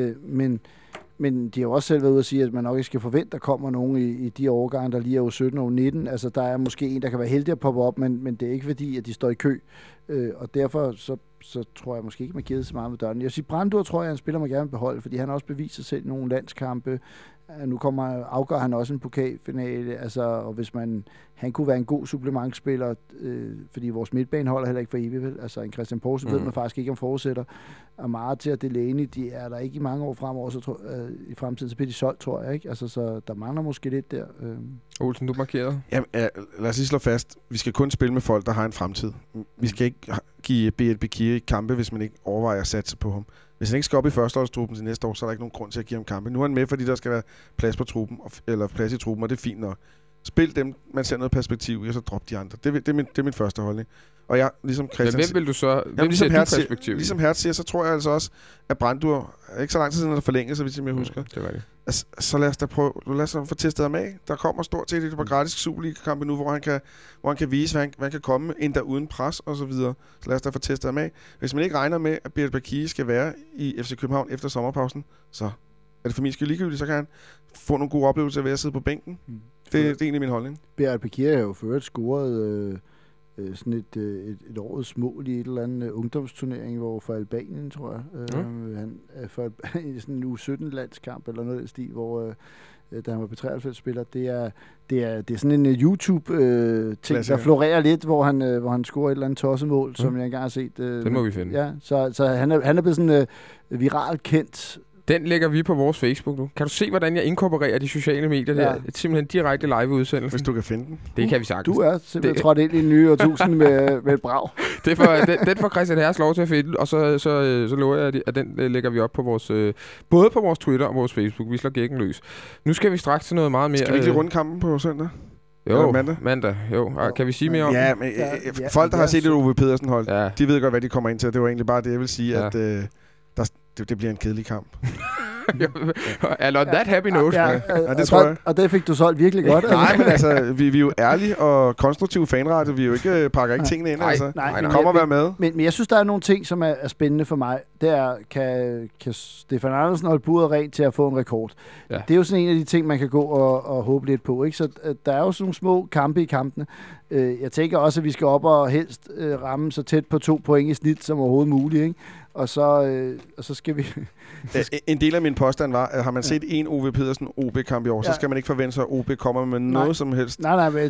Men de har også selv været ude at sige, at man nok ikke skal forvente, at der kommer nogen i de årgange, der lige er jo 17 og 19. Altså, der er måske en, der kan være heldig at poppe op, men det er ikke fordi, at de står i kø. Og derfor så tror jeg måske ikke, man giver så meget med døren. Jeg vil sige, Brandur tror jeg, han spiller mig gerne vil beholde, fordi han har også bevist sig selv i nogle landskampe. Nu afgør han også en pokalfinale, altså, og hvis han kunne være en god supplementspiller, fordi vores midtbane holder heller ikke for evigt, vel? Altså en Christian Poulsen ved man faktisk ikke, om forudsætter. Amartey og Delaney, de er der ikke i mange år fremover, så i fremtiden, så bliver de solgt, tror jeg, ikke? Altså, så der mangler måske lidt der. Olsen, du markerede? Jamen, lad os lige slå fast. Vi skal kun spille med folk, der har en fremtid. Vi skal ikke give B.L. Bekir kampe, hvis man ikke overvejer at satse på ham. Hvis han ikke skal op i førsteårstruppen til næste år, så er der ikke nogen grund til at give ham kampe. Nu er han med, fordi der skal være plads på truppen, eller plads i truppen, og det er fint nok. Spil dem, man ser noget perspektiv i, og så drop de andre. Det er min første holdning. Og jeg, ligesom Christian... Men hvem vil du så... Hvem ser du perspektiv? Ligesom Hertz siger, så tror jeg altså også, at Brandur... Ikke så lang tid siden, der forlænget, så vidt jeg husker. Det var det. Altså, så lad os da prøve... Lad os få testet ham af. Der kommer stort set et par gratis Superliga-kampe nu, hvor han kan vise, hvad han kan komme endda uden pres og så videre. Så lad os da få testet ham af. Hvis man ikke regner med, at Beat Bakir skal være i FC København efter sommerpausen, så er det for min skyld ligegyldigt, så kan han få nogle gode oplevelser ved at sidde på bænken. Det er egentlig min holdning. Beat Bakir har jo ført scoret... sådan et årets mål i et eller andet ungdomsturnering, hvor for Albanien, tror jeg. Han for i sådan en U17-landskamp eller noget af den stil, hvor da han var B93-spiller, det er sådan en YouTube-ting, der florerer lidt, hvor han scorer et eller andet tossemål, som jeg engang har set. Den må vi finde. Ja, så han er blevet sådan viralt kendt. Den lægger vi på vores Facebook nu. Kan du se, hvordan jeg inkorporerer de sociale medier? Ja. Det er simpelthen direkte live-udsendelse. Hvis du kan finde den. Det kan vi sagtens. Du er simpelthen trådt ind i en nye årtusind med et brag. Den får Christian Hertz lov til at finde, og så lover jeg, at den lægger vi op på vores... både på vores Twitter og vores Facebook. Vi slår gækken løs. Nu skal vi straks til noget meget mere... Skal vi ikke lige runde kampen på søndag? Jo, mandag. Jo. Kan vi sige mere om ja, men folk, der har set det Ove Pedersen hold, de ved godt, hvad de kommer ind til. Det var egentlig bare det, jeg vil sige, at det bliver en kedelig kamp. Eller that happy note. Ja, det tror jeg. Og det fik du solgt virkelig godt. Nej, men altså, vi er jo ærlige og konstruktive fanrette. Vi er jo ikke, pakker ikke tingene ind. Altså. Nej, kommer og være med. Men jeg synes, der er nogle ting, som er spændende for mig. Det er, kan Stefan Andersen holde buret rent til at få en rekord? Ja. Det er jo sådan en af de ting, man kan gå og håbe lidt på. Ikke? Så der er jo sådan nogle små kampe i kampene. Jeg tænker også, at vi skal op og helst ramme så tæt på 2 point i snit som overhovedet muligt. Ikke? Og så skal vi... En del af min påstand var, at har man set en Ove Pedersen OB-kamp i år, så skal man ikke forvente sig, at OB kommer med noget som helst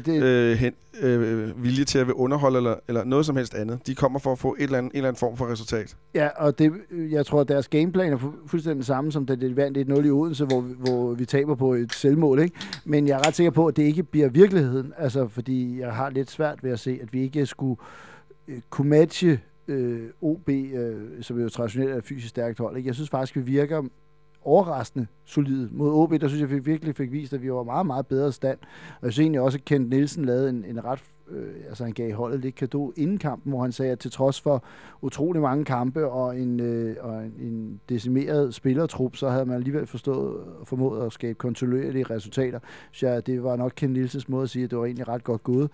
vilje til at vil underholde eller noget som helst andet. De kommer for at få en eller anden form for resultat. Ja, og jeg tror, at deres gameplan er fuldstændig samme, som da det vandt 1-0 i Odense, hvor vi taber på et selvmål. Ikke? Men jeg er ret sikker på, at det ikke bliver virkeligheden. Altså, fordi jeg har lidt svært ved at se, at vi ikke skulle kunne matche OB, som jo traditionelt er et fysisk stærkt hold. Ikke? Jeg synes faktisk, vi virker overraskende solide. Mod OB, der synes jeg, vi virkelig fik vist, at vi var meget, meget bedre stand. Og jeg synes egentlig også, at Kent Nielsen lavede en ret... han gav holdet lidt cadeau inden kampen, hvor han sagde, at til trods for utrolig mange kampe og en decimeret spillertrup, så havde man alligevel formået at skabe kontinuerlige resultater. Så det var nok Kent Nielsens måde at sige, at det var egentlig ret godt gået.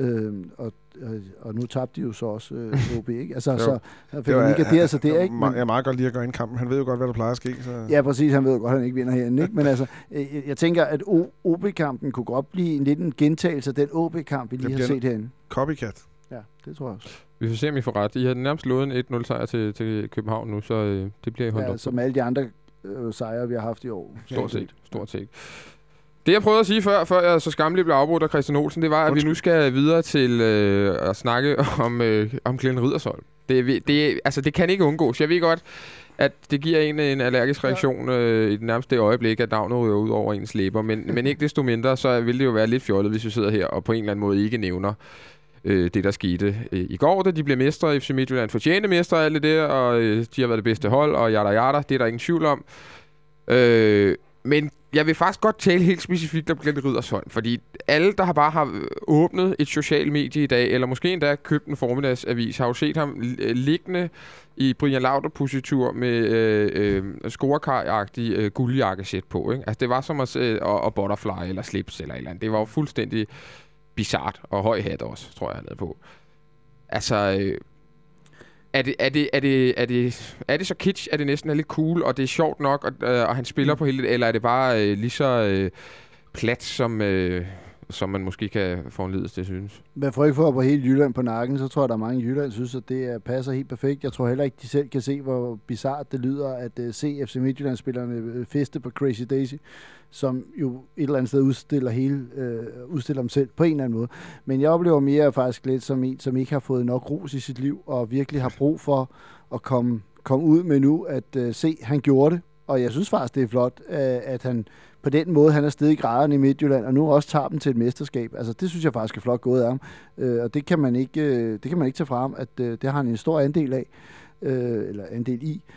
Og nu tabte de jo så også OB, ikke? Altså, så han fik ikke garderet sig der, ikke? Jeg er meget godt lige at gøre en kamp. Han ved jo godt, hvad der plejer at ske. Så. Ja, præcis. Han ved jo godt, at han ikke vinder herinde, ikke? Men altså, jeg tænker, at OB-kampen kunne godt blive en gentagelse af den OB-kamp, vi lige har set herinde. Copycat. Ja, det tror jeg også. Vi får se, om I får ret. I har nærmest lovet en 1-0 sejr til København nu, så det bliver I holdt op på. Som alle de andre sejre, vi har haft i år. Stort set. Det, jeg prøvede at sige før jeg så skamligt blev afbrudt af Christian Olsen, det var, at vi nu skal videre til at snakke om Glenn Riddersholm. Det kan ikke undgås. Jeg ved godt, at det giver en allergisk reaktion i det nærmeste øjeblik, at navnet ryger ud over ens læber. Men ikke desto mindre, så vil det jo være lidt fjollet, hvis vi sidder her og på en eller anden måde ikke nævner det, der skete i går, da de blev mestre. FC Midtjylland fortjente mestre og alt det der, og de har været det bedste hold, og yada, det er der ingen tvivl om. Men jeg vil faktisk godt tale helt specifikt om Glenn Riddersholm, fordi alle, der bare har åbnet et socialt medie i dag, eller måske endda købt en formiddagsavis, har jo set ham liggende i Brian Lauter-positur med scorekar-agtig guldjakkesæt på. Ikke? Altså, det var som at butterfly eller slips eller et eller andet. Det var jo fuldstændig bizart, og høj hat også, tror jeg, han havde på. Altså... Er det så kitsch, at det næsten er lidt cool, og det er sjovt nok, og han spiller på hele det, eller er det bare lige så plat, som man måske kan foranledes, det synes? Men for ikke for at få hele Jylland på nakken, så tror jeg, der er mange i Jylland, synes, at det passer helt perfekt. Jeg tror heller ikke, de selv kan se, hvor bizart det lyder, at se FC Midtjylland-spillerne feste på Crazy Daisy, som jo et eller andet sted udstiller dem selv på en eller anden måde. Men jeg oplever mere faktisk lidt som en, som ikke har fået nok ros i sit liv, og virkelig har brug for at komme ud med nu, at han gjorde det. Og jeg synes faktisk, det er flot, at han på den måde, han er steget i graderne i Midtjylland, og nu også tager dem til et mesterskab. Altså, det synes jeg faktisk er flot gået af ham. Og det kan man ikke tage fra ham, at det har han en stor andel af, eller andel i.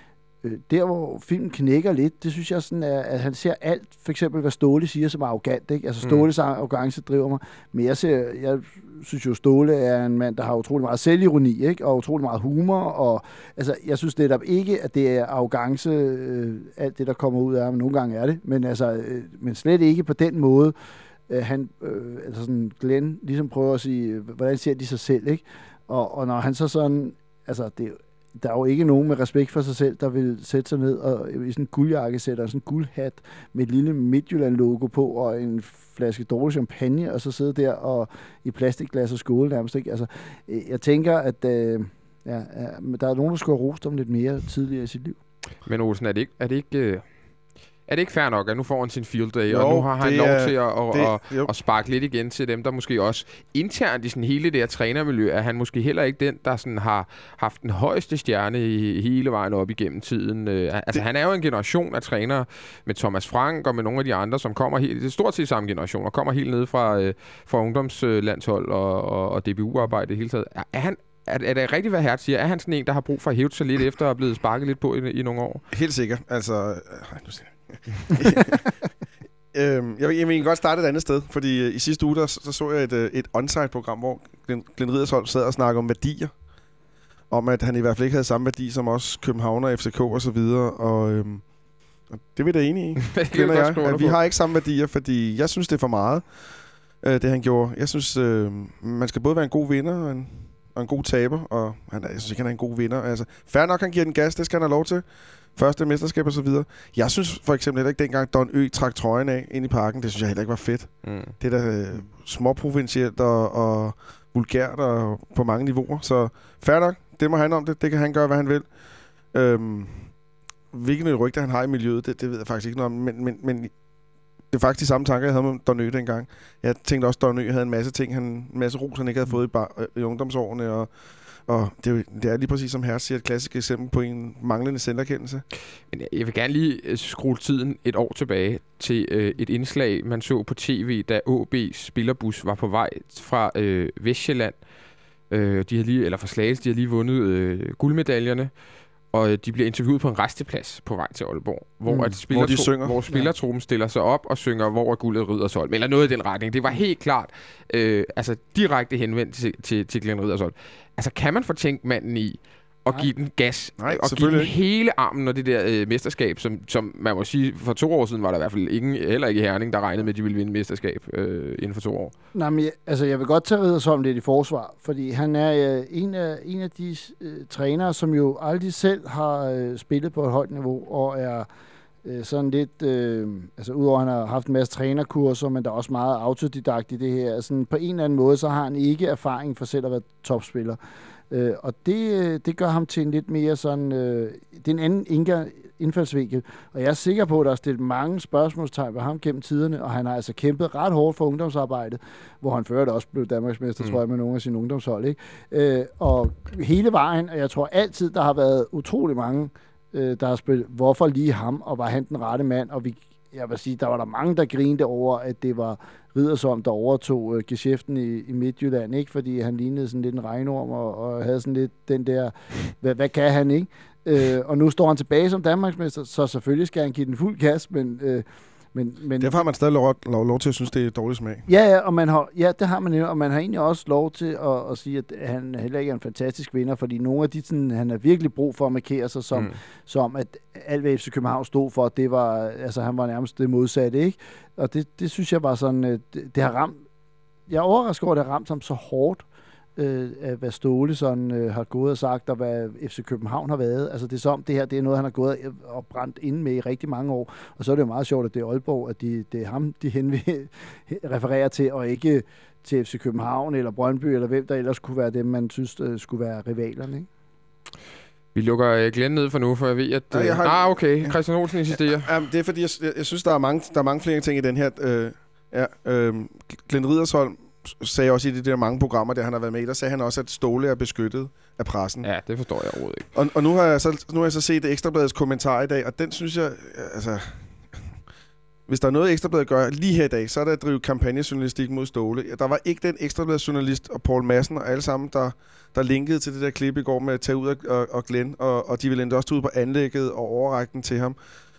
der, hvor filmen knækker lidt, det synes jeg sådan, at han ser alt, for eksempel hvad Ståle siger, som er arrogant, ikke? Altså Ståles arrogance driver mig, men jeg synes jo, Ståle er en mand, der har utrolig meget selvironi, ikke? Og utrolig meget humor, og altså, jeg synes netop ikke, at det er arrogance, alt det, der kommer ud af ham, nogle gange er det, men altså, men slet ikke på den måde, altså sådan Glenn ligesom prøver at sige, hvordan ser de sig selv, ikke? Og når han så sådan, altså der er jo ikke nogen med respekt for sig selv, der vil sætte sig ned og i sådan en guldjakke sætter sådan en guldhat med et lille Midtjylland-logo på og en flaske dårlig champagne, og så sidde der og i plastikglas og skåle nærmest, ikke? Altså, jeg tænker, at der er nogen, der skulle have rost om lidt mere tidligere i sit liv. Men Olsen, er det ikke fair nok, at nu får han sin field day, og nu har han lov til at sparke lidt igen til dem, der måske også internt i sådan hele det her trænermiljø, er han måske heller ikke den, der sådan har haft den højeste stjerne hele vejen op igennem tiden. Altså han er jo en generation af trænere med Thomas Frank og med nogle af de andre, som kommer helt, det er stort set samme generation, og kommer helt ned fra ungdomslandshold og DBU-arbejde i hele taget. Er det rigtigt, hvad Hertz siger? Er han sådan en, der har brug for at hæve sig lidt efter at have blevet sparket lidt på i nogle år? Helt sikkert. Altså... jeg vil godt starte et andet sted, fordi i sidste uge så jeg et on-site-program, hvor Glenn Riddersholm sad og snakkede om værdier. Om at han i hvert fald ikke havde samme værdi som os København og FCK og så videre. Og det er vi da enige i. Vi har ikke samme værdier, fordi jeg synes, det er for meget, det han gjorde. Jeg synes, man skal både være en god vinder og en god taber, og jeg synes ikke, han er en god vinder. Altså, fair nok, han giver den gas, det skal han have lov til. Første mesterskab og så videre. Jeg synes for eksempel heller ikke dengang Don Ø trak trøjen af ind i parken. Det synes jeg heller ikke var fedt. Det er da småprovincielt og vulgært og på mange niveauer. Så fair nok, det må han om det. Det kan han gøre, hvad han vil. Hvilken rygte han har i miljøet, det ved jeg faktisk ikke noget om. Men det er faktisk de samme tanker, jeg havde med Don Ø dengang. Jeg tænkte også, at Don Ø havde en masse ting, en masse ros, han ikke havde fået i ungdomsårene, og det er lige præcis som Hertz siger, et klassisk eksempel på en manglende selverkendelse. Men jeg vil gerne lige skrue tiden et år tilbage til et indslag, man så på tv, da AaB's spillerbus var på vej fra Vestsjælland. Fra Slagelse, de havde lige vundet guldmedaljerne, og de bliver interviewet på en resteplads på vej til Aalborg, hvor spillertruppen stiller sig op og synger, hvor er guldet Riddersholm, eller noget i den retning. Det var helt klart direkte henvendt til Glenn Riddersholm. Altså, kan man få tænkt manden i at give den gas, og give den hele armen og det der mesterskab, som man må sige, for 2 år siden var der i hvert fald heller ikke i Herning, der regnede med, at de ville vinde mesterskab inden for 2 år. Nej, men jeg vil godt tage Riddersholm lidt i forsvar, fordi han er en af de trænere, som jo aldrig selv har spillet på et højt niveau, og er sådan lidt, udover at han har haft en masse trænerkurser, men der er også meget autodidakt i det her. Altså, på en eller anden måde, så har han ikke erfaring for selv at være topspiller. Og det gør ham til en lidt mere sådan, det er en anden indfaldsvinkel. Og jeg er sikker på, at der er stillet mange spørgsmålstegn ved ham gennem tiderne, og han har altså kæmpet ret hårdt for ungdomsarbejdet, hvor han før også blev Danmarksmester, tror jeg, med nogle af sine ungdomshold, ikke? Og hele vejen, og jeg tror altid, der har været utrolig mange, der har spillet, hvorfor lige ham, og var han den rette mand, og jeg vil sige, der var der mange, der grinede over, at det var Riddersholm, der overtog geschæften i Midtjylland, ikke? Fordi han lignede sådan lidt en regnorm, og havde sådan lidt den der, hvad kan han, ikke? Og nu står han tilbage som Danmarksmester, så selvfølgelig skal han give den fuld gas, men derfor har man stadig lov til at synes, det er dårlig smag. Ja, og det har man jo, og man har egentlig også lov til at sige, at han heller ikke er en fantastisk vinder, fordi nogle af de sådan, han har virkelig brug for at markere sig som at alt hvad FC København stod for, det var, altså han var nærmest det modsatte, ikke? Og det synes jeg var sådan, det har ramt, jeg er overrasket over, at det har ramt ham så hårdt, hvad Ståle sådan, har gået og sagt, og hvad FC København har været. Altså det er som, det her, det er noget, han har gået og brændt inde med i rigtig mange år. Og så er det jo meget sjovt, at det er Aalborg, at det er ham, de refererer til, og ikke til FC København eller Brøndby, eller hvem der ellers kunne være dem, man synes skulle være rivalerne, ikke? Vi lukker Glenn ned for nu, for jeg ved, at... okay. Christian Olsen insisterer. Det er fordi, jeg synes, der er mange flere ting i den her... Glenn Riddersholm sagde også i de der mange programmer, der han har været med i, der sagde han også, at Ståle er beskyttet af pressen. Ja, det forstår jeg overhovedet ikke. Og nu har jeg så set Ekstrabladets kommentar i dag, og den synes jeg, altså... hvis der er noget Ekstrabladet gør lige her i dag, så er det at drive kampagnejournalistik mod Ståle. Der var ikke den Ekstrabladet-journalist og Poul Madsen og alle sammen, der linkede til det der klip i går med at tage ud og Glenn, og de ville endda også tage ud på anlægget og overrække den til ham.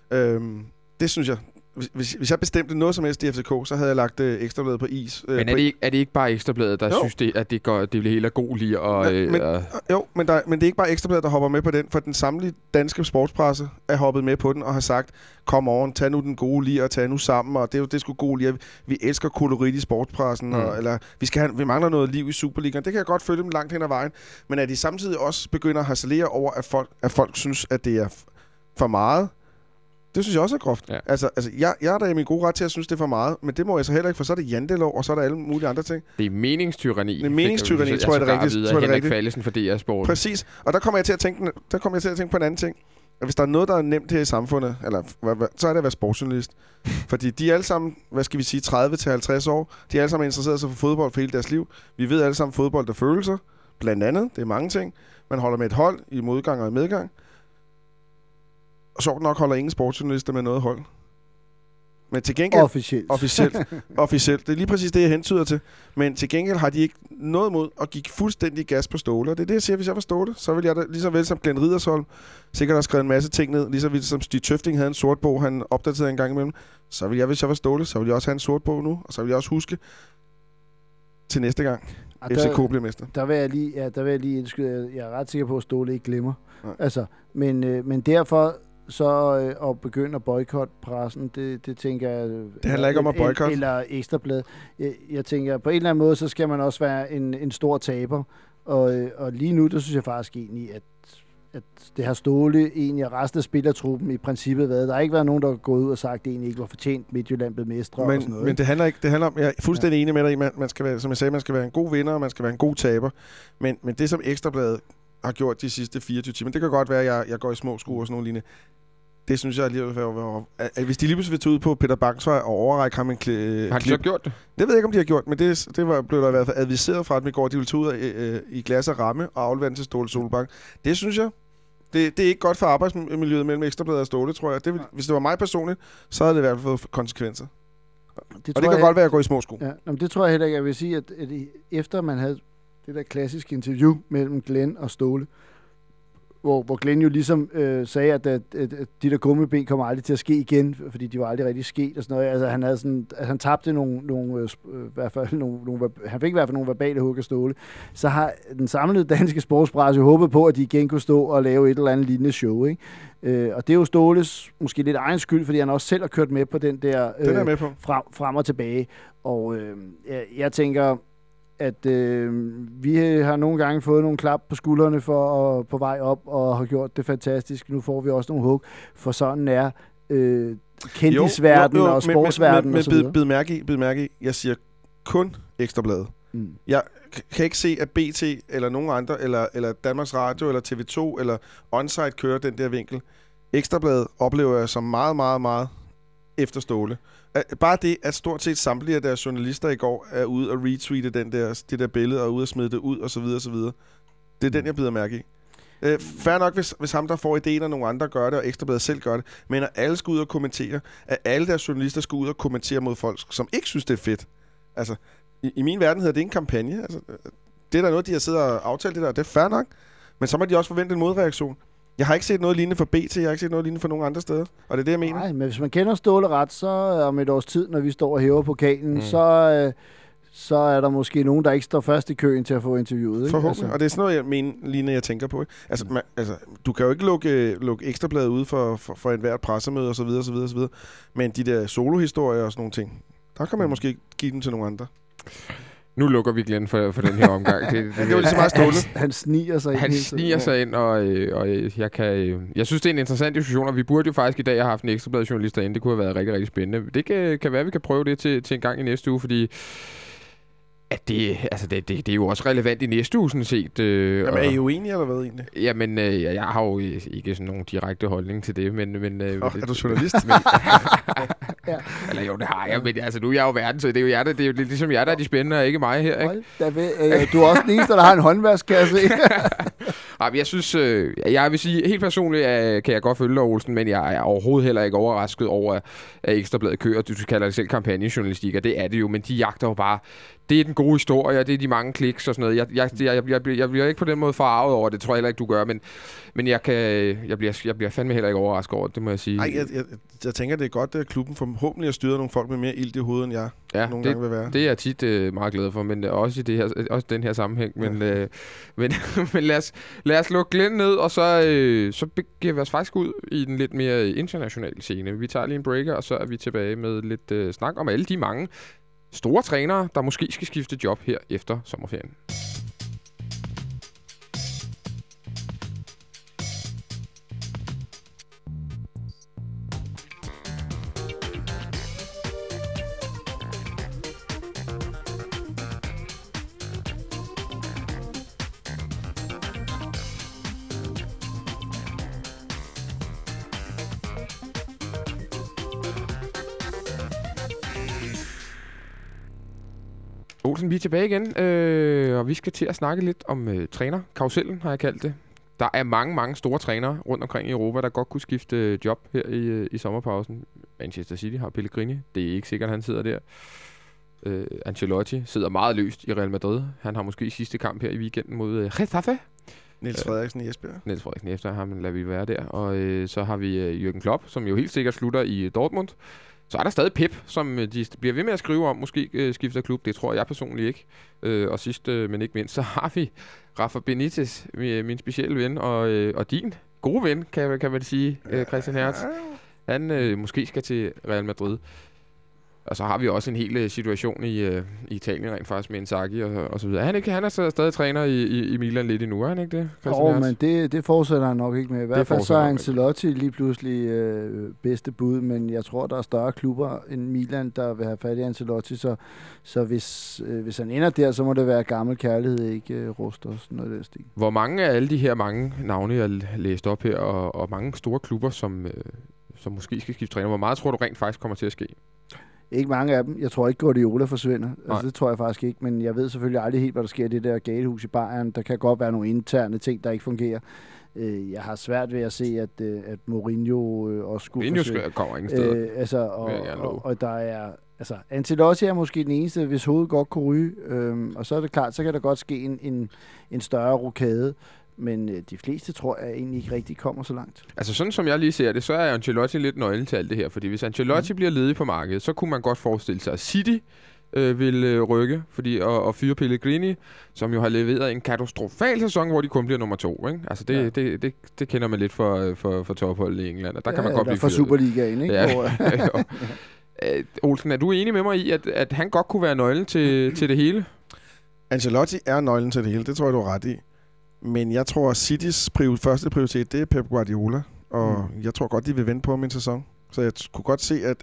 Det synes jeg. Hvis jeg bestemte noget som helst i FCK, så havde jeg lagt Ekstrabladet på is. Men er det ikke bare Ekstrabladet, der synes, at det bliver helt god lige? Jo, men det er ikke bare Ekstrabladet, der hopper med på den, for den samlede danske sportspresse er hoppet med på den og har sagt, kom on, tag nu den gode lige og tag nu sammen, og det er sgu god lige. Vi elsker kolorit i sportspressen, eller vi mangler noget liv i Superligaen. Det kan jeg godt følge dem langt hen ad vejen, men at de samtidig også begynder at harcelere over, at folk synes, at det er for meget. Det synes jeg også er groft. Ja. Altså, jeg er da i min gode ret til at synes, det er for meget, men det må jeg så heller ikke, for så er det jantelov, og så er der alle mulige andre ting. Det er meningstyrani. Det er meningstyrani, tror jeg, det er rigtigt. Henrik Fallesen for DR Sport. Præcis. Og der kommer jeg til at tænke på en anden ting. At hvis der er noget, der er nemt her i samfundet, eller så er det at være sportsjournalist. Fordi de er alle sammen, 30-50 år, de er alle sammen interesseret sig for fodbold for hele deres liv. Vi ved alle sammen fodbold, der følelser. Blandt andet, det er mange ting. Man holder med et hold i modgang og i medgang. Og sjovt nok holder ingen sportsjournalister med noget hold. Men til gengæld... Officielt. Det er lige præcis det, jeg hentyder til. Men til gengæld har de ikke noget mod at give fuldstændig gas på Ståle. Og det er det, jeg siger, hvis jeg var Ståle. Så vil jeg da, lige så vel som Glenn Riddersholm, sikkert har skrevet en masse ting ned. Lige så vel som Stig Tøfting havde en sort bog, han opdaterede en gang imellem. Så vil jeg, hvis jeg var Ståle, så vil jeg også have en sort bog nu. Og så vil jeg også huske til næste gang. FCK bliver mester. Der vil jeg lige indskyde. Jeg er ret sikker på, at Ståle ikke glemmer. Altså, men derfor... Så at begynde at boykotte pressen, det tænker jeg... Det handler ikke om at boykotte. Eller Ekstrablad. Jeg tænker, på en eller anden måde, så skal man også være en stor taber. Og lige nu, der synes jeg faktisk egentlig, at det har Ståle egentlig og resten af spillertruppen i princippet været. Der har ikke været nogen, der har gået ud og sagt, at det egentlig ikke var fortjent Midtjylland blev mestre og sådan noget. Men det handler om, jeg er fuldstændig enig med dig i, man skal være, som jeg sagde, man skal være en god vinder, og man skal være en god taber. Men det, som Ekstrabladet har gjort de sidste 24 timer, det kan godt være, at jeg går i små sko og sådan noget lignende. Det synes jeg alligevel at hvis de lige pludselig vil tage ud på Peter Bangsvej og overrække ham en klip... Har de så gjort det? Det ved jeg ikke, om de har gjort, men det blev der i hvert fald adviseret fra, at vi går, de vil tage ud i glas og ramme og aflevere til Ståle Solbakken. Det synes jeg. Det er ikke godt for arbejdsmiljøet mellem Ekstrabladet og Ståle, tror jeg. Hvis det var mig personligt, så havde det i hvert fald fået konsekvenser. Det kan godt være at gå i små sko. Ja, men det tror jeg heller ikke. Jeg vil sige, at efter man havde det der klassiske interview mellem Glenn og Ståle, hvor Glenn jo ligesom sagde, at de der gummeben kommer aldrig til at ske igen, fordi de var aldrig rigtig sket og sådan noget. Altså han havde sådan, han tabte han fik i hvert fald nogle verbale hug af Ståle. Så har den samlede danske sportspresse håbet på, at de igen kunne stå og lave et eller andet lignende show, ikke? Og det er jo Ståles måske lidt egen skyld, fordi han også selv har kørt med på den der frem og tilbage. Og jeg tænker, at vi har nogle gange fået nogle klap på skuldrene for på vej op og har gjort det fantastisk. Nu får vi også nogle hug, for sådan er kendisverden og sportsverden og så videre. Bid mærke i. Jeg siger kun Ekstrabladet. Jeg kan ikke se, at BT eller nogen andre, eller Danmarks Radio, eller TV2, eller Onsite kører den der vinkel. Ekstrabladet oplever jeg som meget, meget, meget efter Ståle. Bare det, at stort set samtlige af deres journalister i går er ude og retweete det der billede, og ude og smide det ud, og så videre, og så videre. Det er den, jeg bider mærke i. Fair nok, hvis ham, der får idéen, og nogle andre gør det, og Ekstrabladet selv gør det, men at alle skal ud og kommentere, at alle deres journalister skal ud og kommentere mod folk, som ikke synes, det er fedt. Altså, i min verden hedder det en kampagne. Altså, det er der noget, de har siddet og aftalt det der, det er fair nok, men så må de også forvente en modreaktion. Jeg har ikke set noget lignende for BT, jeg har ikke set noget lignende for nogen andre steder, og det er det, jeg mener. Nej, men hvis man kender Ståle ret, så om et års tid, når vi står og hæver pokalen, så er der måske nogen, der ikke står først i køen til at få interviewet. Ikke? Forhåbentlig, og det er sådan noget, lignende, jeg tænker på. Ikke? Altså, du kan jo ikke lukke Ekstrabladet ude for enhver pressemøde, og så videre, så videre, så videre. Men de der solohistorier og sådan nogle ting, der kan man måske give dem til nogle andre. Nu lukker vi Glenn for den her omgang. Det var lige så meget Ståle. Han sniger sig ind. Han sniger sig ind, og jeg synes, det er en interessant diskussion, og vi burde jo faktisk i dag have haft en Ekstrabladet-journalist derinde. Det kunne have været rigtig, rigtig spændende. Det kan være, at vi kan prøve det til en gang i næste uge, fordi at det er jo også relevant i næste uge, sådan set. Jamen, er I uenige, eller hvad egentlig? Jamen, jeg har jo ikke sådan nogen direkte holdning til det, men er du journalist? Ja. Eller jo, det har jeg, men altså, nu er jeg jo verden, så det er jo jer, det er jo lidt ligesom jer, der er de spændende, og ikke mig her, ikke? Du er også den eneste, der har en håndvaskkasse. Jeg synes, jeg vil sige, helt personligt kan jeg godt følge dig, Olsen, men jeg er overhovedet heller ikke overrasket over, at Ekstrabladet kører. Du kalder det selv kampagnejournalistik, og det er det jo, men de jagter jo bare. Det er den gode historie, det er de mange kliks og sådan noget. Jeg bliver ikke på den måde forarvet over det, tror jeg heller ikke, du gør, men jeg bliver fandme heller ikke overrasket over det, må jeg sige. Nej, jeg tænker, det er godt, at klubben forhåbentlig har styret nogle folk med mere ild i hovedet, end jeg nogle gange vil være. Det er jeg tit meget glad for, men også i også den her sammenhæng. Men lad os lukke Glenn ned, og så begiver vi os faktisk ud i den lidt mere internationale scene. Vi tager lige en breaker, og så er vi tilbage med lidt snak om alle de mange store trænere, der måske skal skifte job her efter sommerferien. Olsen, vi er tilbage igen, og vi skal til at snakke lidt om træner-karusellen, har jeg kaldt det. Der er mange store trænere rundt omkring i Europa, der godt kunne skifte job her i sommerpausen. Manchester City har Pellegrini. Det er ikke sikkert, at han sidder der. Ancelotti sidder meget løst i Real Madrid. Han har måske sidste kamp her i weekenden mod Getafe. Niels Frederiksen i Esbjerg. Niels Frederiksen i Esbjerg, ham lader vi være der. Og så har vi Jürgen Klopp, som jo helt sikkert slutter i Dortmund. Så er der stadig Pep, som de bliver ved med at skrive om, måske skifter klub. Det tror jeg personligt ikke. Og sidst, men ikke mindst, så har vi Rafa Benitez, min specielle ven, og din gode ven, kan man sige, Christian Hertz. Han måske skal til Real Madrid. Og så har vi også en hel situation i Italien rent faktisk med Inzaghi og så videre. Han er så stadig træner i Milan lidt endnu, er han ikke det? Men det fortsætter han nok ikke med. I hvert fald så er Ancelotti lige pludselig bedste bud, men jeg tror, der er større klubber end Milan, der vil have fat i Ancelotti, så hvis han ender der, så må det være gammel kærlighed, ikke rust og sådan noget der stil. Hvor mange af alle de her mange navne, jeg læst op her, og mange store klubber, som måske skal skifte træner, hvor meget tror du rent faktisk kommer til at ske? Ikke mange af dem. Jeg tror ikke, Guardiola forsvinder. Altså, det tror jeg faktisk ikke, men jeg ved selvfølgelig aldrig helt, hvad der sker i det der galehus i Bayern. Der kan godt være nogle interne ting, der ikke fungerer. Jeg har svært ved at se, at Mourinho også skulle forsvinde. Mourinho kommer ingen steder. Og der er... Altså, Ancelotti er måske den eneste, hvis hovedet godt kunne ryge. Og så er det klart, så kan der godt ske en større rokade. Men de fleste tror jeg egentlig ikke rigtig kommer så langt. Altså sådan som jeg lige ser det, så er Ancelotti lidt nøglen til alt det her. Fordi hvis Ancelotti bliver ledig på markedet, så kunne man godt forestille sig, at City vil rykke og fyre Pellegrini, som jo har leveret en katastrofal sæson, hvor de kun bliver nummer 2. Ikke? Altså det kender man lidt for topholdet i England. Og der kan man godt blive for Superligaen, ikke? Ja. Olsen, er du enig med mig i, at han godt kunne være nøglen til det hele? Ancelotti er nøglen til det hele, det tror jeg, du er ret i. Men jeg tror, at Citys første prioritet, det er Pep Guardiola. Og jeg tror godt, de vil vente på ham en sæson. Så jeg kunne godt se, at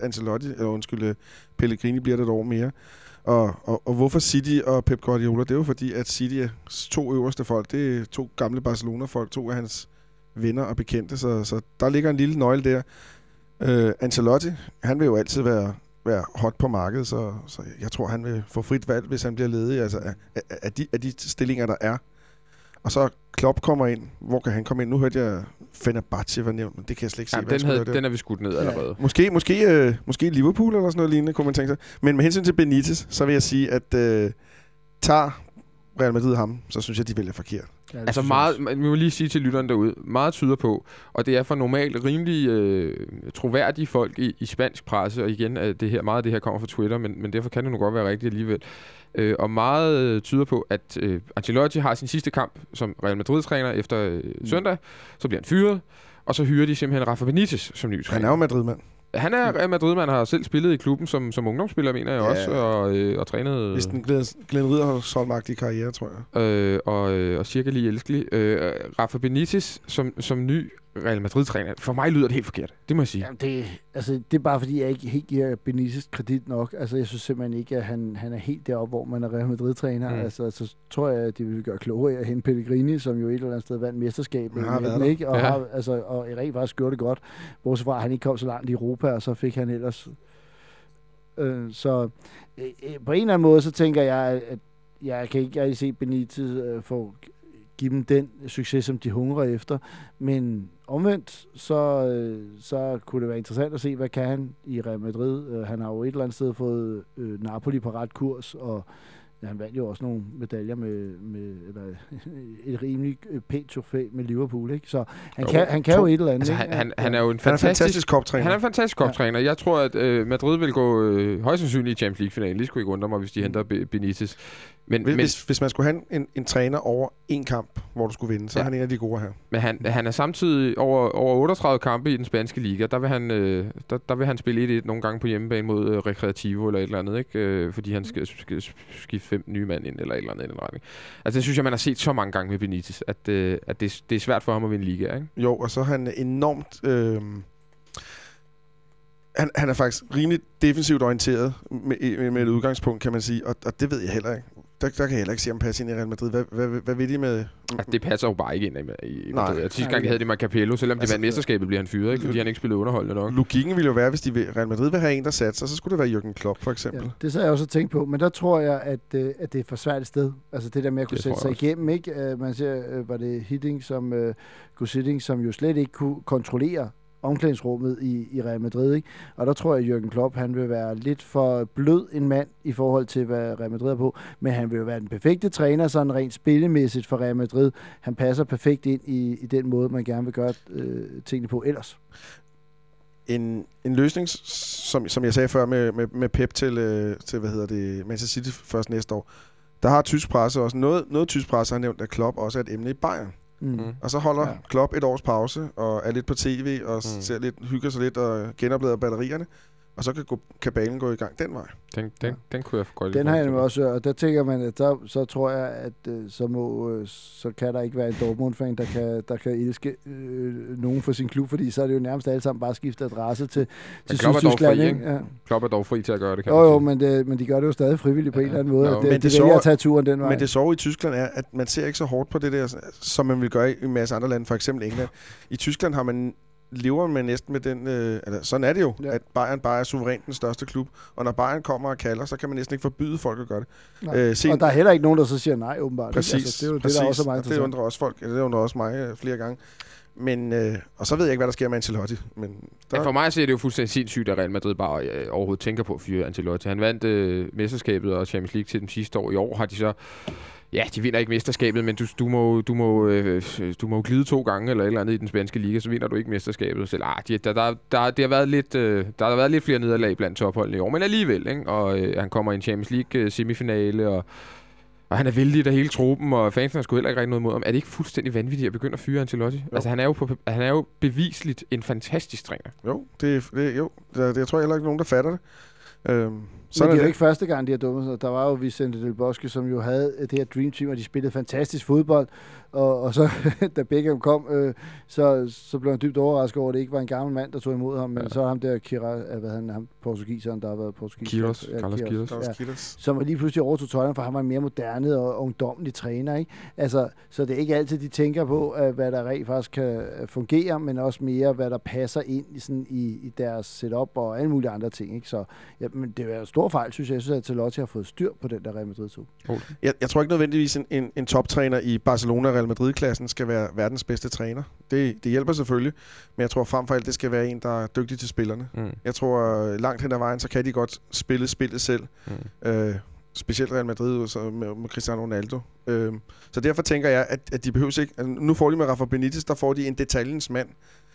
Pellegrini bliver det et år mere. Og hvorfor City og Pep Guardiola? Det er jo fordi, at City 2 øverste folk, det er 2 gamle Barcelona-folk, 2 af hans venner og bekendte. Så der ligger en lille nøgle der. Ancelotti, han vil jo altid være hot på markedet, så jeg tror, han vil få frit valg, hvis han bliver ledig. Altså af de stillinger, der er. Og så Klopp kommer ind. Hvor kan han komme ind? Nu hørte jeg Fenerbahce var nævnt, men det kan jeg slet ikke se. Den er vi skudt ned allerede. Måske Liverpool eller sådan noget lignende, kunne man tænke sig. Men med hensyn til Benitez, så vil jeg sige, at tager Real Madrid ham, så synes jeg, de vælger forkert. Ja, altså meget, vi må lige sige til lytterne derude, meget tyder på, og det er for normalt rimelig troværdige folk i spansk presse, og igen, meget af det her kommer fra Twitter, men derfor kan det nu godt være rigtigt alligevel. Og meget tyder på, at Ancelotti har sin sidste kamp som Real Madrid-træner efter søndag, så bliver han fyret, og så hyrer de simpelthen Rafa Benitez som ny træner. Han er jo Madrid-mand. Han er Madrid-mand, har selv spillet i klubben som ungdomsspiller, mener jeg også, og trænet... Hvis den Glenn Ridder-solmagtige karriere, tror jeg. Og cirka lige elskelig. Rafa Benitez som ny Real Madrid-træner. For mig lyder det helt forkert. Det må jeg sige. Jamen det er bare fordi, jeg ikke helt giver Benitez kredit nok. Altså, jeg synes simpelthen ikke, at han er helt deroppe, hvor man er Real Madrid-træner. Altså, så tror jeg, at de vil gøre klogere at hente Pellegrini, som jo et eller andet sted vandt mesterskabet. Ikke? Og, og rent faktisk gjorde det godt. Bortset fra, at han ikke kom så langt i Europa, og så fik han ellers... Så på en eller anden måde, så tænker jeg, at jeg kan ikke rigtig se Benitez få give dem den succes, som de hungrer efter. Men omvendt, så kunne det være interessant at se, hvad kan han i Real Madrid. Han har jo et eller andet sted fået Napoli på ret kurs, og han vandt jo også nogle medaljer med eller et rimelig pænt trofæ med Liverpool, ikke? Så han kan jo et eller andet. Altså, han er jo en fantastisk koptræner. Han er en fantastisk koptræner. Jeg tror, at Madrid vil gå højst sandsynligt i Champions League-finalen. Det skulle ikke undre mig, hvis de henter Benitez. Men hvis man skulle have en træner over en kamp, hvor du skulle vinde, så er han en af de gode her. Men han er samtidig over 38 kampe i den spanske liga. Der vil han spille 1-1 nogle gange på hjemmebane mod Recreativo eller et eller andet, ikke? Fordi han skal skifte 5 nye mand ind eller et eller andet i den retning. Altså det synes jeg, man har set så mange gange med Benitez, at det er svært for ham at vinde liga, ikke? Jo, og så er han enormt... Han er faktisk rimelig defensivt orienteret med et udgangspunkt, kan man sige, og det ved jeg heller ikke. Der kan jeg heller ikke se ham passe ind i Real Madrid. Hvad ved de med... Altså, det passer jo bare ikke ind i Madrid. Sidste gang de havde det med Capello, selvom de vandt mesterskabet, bliver han fyret, ikke? Fordi han ikke spillede underholdende nok. Logikken ville jo være, hvis Real Madrid vil have en, der satser, så skulle det være Jürgen Klopp, for eksempel. Ja, det så jeg også tænkt på, men der tror jeg, at det er for svært et sted. Altså det der med at kunne sætte sig igennem, ikke? Man ser, var det Hiddink, som jo slet ikke kunne kontrollere omklædningsrummet i Real Madrid, ikke? Og der tror jeg, at Jürgen Klopp, han vil være lidt for blød en mand i forhold til, hvad Real Madrid er på, men han vil jo være den perfekte træner, sådan rent spillemæssigt for Real Madrid. Han passer perfekt ind i den måde, man gerne vil gøre tingene på ellers. En løsning, som jeg sagde før med Pep til Manchester City først næste år, der har tysk presse også. Noget tysk presse har nævnt, at Klopp også er et emne i Bayern. Og så holder Klopp et års pause og er lidt på tv og ser lidt, hygger sig lidt og genoplader batterierne. Og så kan kabalen gå i gang den vej. Den kunne jeg godt. Den har jeg også, og der tænker man, at så tror jeg, at så kan der ikke være en Dortmund-fan, der kan elske nogen for sin klub, fordi så er det jo nærmest alle sammen bare skiftet adresse til Sydtyskland. Ja. Klopp er dog fri til at gøre det, kan man sige. Men de gør det jo stadig frivilligt på en eller anden måde. Men det vælger at tage turen den vej. Men det sjove i Tyskland er, at man ser ikke så hårdt på det der, som man vil gøre i en masse andre lande, for eksempel England. I Tyskland lever man næsten med den... sådan er det jo, at Bayern bare er suverænt den største klub. Og når Bayern kommer og kalder, så kan man næsten ikke forbyde folk at gøre det. Og der er heller ikke nogen, der så siger nej, åbenbart. Præcis. Altså, det er jo det, der også er meget interessant. Det undrer også folk. Det undrer også mig flere gange. Men, og så ved jeg ikke, hvad der sker med Ancelotti. Men for mig så er det jo fuldstændig sindssygt, at Real Madrid bare overhovedet tænker på at fyre Ancelotti. Han vandt mesterskabet og Champions League til dem sidste år. I år har de så... Ja, de vinder ikke mesterskabet, men du må glide 2 gange eller et eller andet i den spanske liga, så vinder du ikke mesterskabet. Så, der har været lidt flere nederlag blandt topholdene i år, men alligevel, ikke? Og han kommer i en Champions League semifinale, og han er vældig af hele truppen, og fansene har sgu heller ikke rigtig noget mod ham. Er det ikke fuldstændig vanvittigt at begynde at fyre Ancelotti? Jo. Altså, han er jo bevisligt en fantastisk træner. Jo, jeg tror heller ikke nogen, der fatter det. Men det er jo ikke første gang, de har dummet sig. Der var jo Vicente Del Bosque, som jo havde det her Dream Team, og de spillede fantastisk fodbold. Og så, da Beckham kom, så blev han dybt overrasket over, at det ikke var en gammel mand, der tog imod ham, men så var ham der portugiseren, der har været portugiser. Kiros. Som lige pludselig overtog Tottenham, for han var en mere moderne og ungdommelig træner, ikke? Altså, så det er ikke altid, de tænker på, hvad der rent faktisk kan fungere, men også mere, hvad der passer ind i deres setup og alle mulige andre ting, ikke? Så ja, men det er jo en stor fejl, synes jeg. Jeg synes, at Ancelotti har fået styr på den der Real Madrid-tog. Jeg tror ikke nødvendigvis, en toptræner i Barcelona Real Madrid-klassen skal være verdens bedste træner. Det hjælper selvfølgelig, men jeg tror frem for alt, det skal være en, der er dygtig til spillerne. Jeg tror, langt hen ad vejen, så kan de godt spille spillet selv. Specielt Real Madrid med Cristiano Ronaldo. Så derfor tænker jeg, at de behøver ikke... Altså, nu får de med Rafa Benitez, der får de en detaljens mand.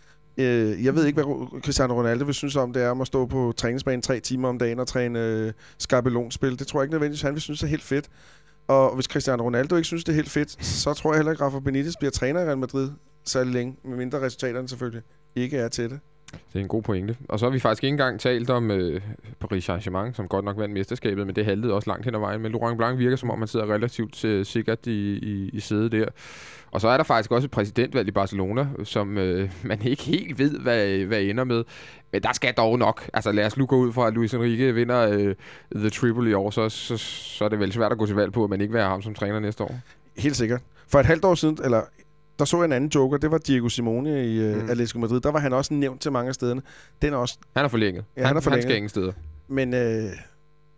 Jeg ved ikke, hvad Cristiano Ronaldo vil synes om, det er om at stå på træningsbanen 3 timer om dagen og træne skabelonspil. Det tror jeg ikke nødvendigvis, han vil synes er helt fedt. Og hvis Cristiano Ronaldo ikke synes, det er helt fedt, så tror jeg heller ikke, at Rafa Benitez bliver træner i Real Madrid særlig længe, med mindre resultaterne selvfølgelig ikke er til det. Det er en god pointe. Og så har vi faktisk ikke engang talt om Paris Saint-Germain, som godt nok vandt mesterskabet, men det haltede også langt hen ad vejen. Men Laurent Blanc virker, som om man sidder relativt sikkert i sædet der. Og så er der faktisk også et præsidentvalg i Barcelona, som man ikke helt ved, hvad ender med. Men der skal dog nok. Altså lad os nu gå ud fra, at Luis Enrique vinder The Triple i år, så er det vel svært at gå til valg på, at man ikke vil have ham som træner næste år. Helt sikkert. For et halvt år siden, der så jeg en anden joker, det var Diego Simeone i Atletico Madrid. Der var han også nævnt til mange af stederne. Han er forlænget. Ja, han er forlænget. Han skal ingen steder. Men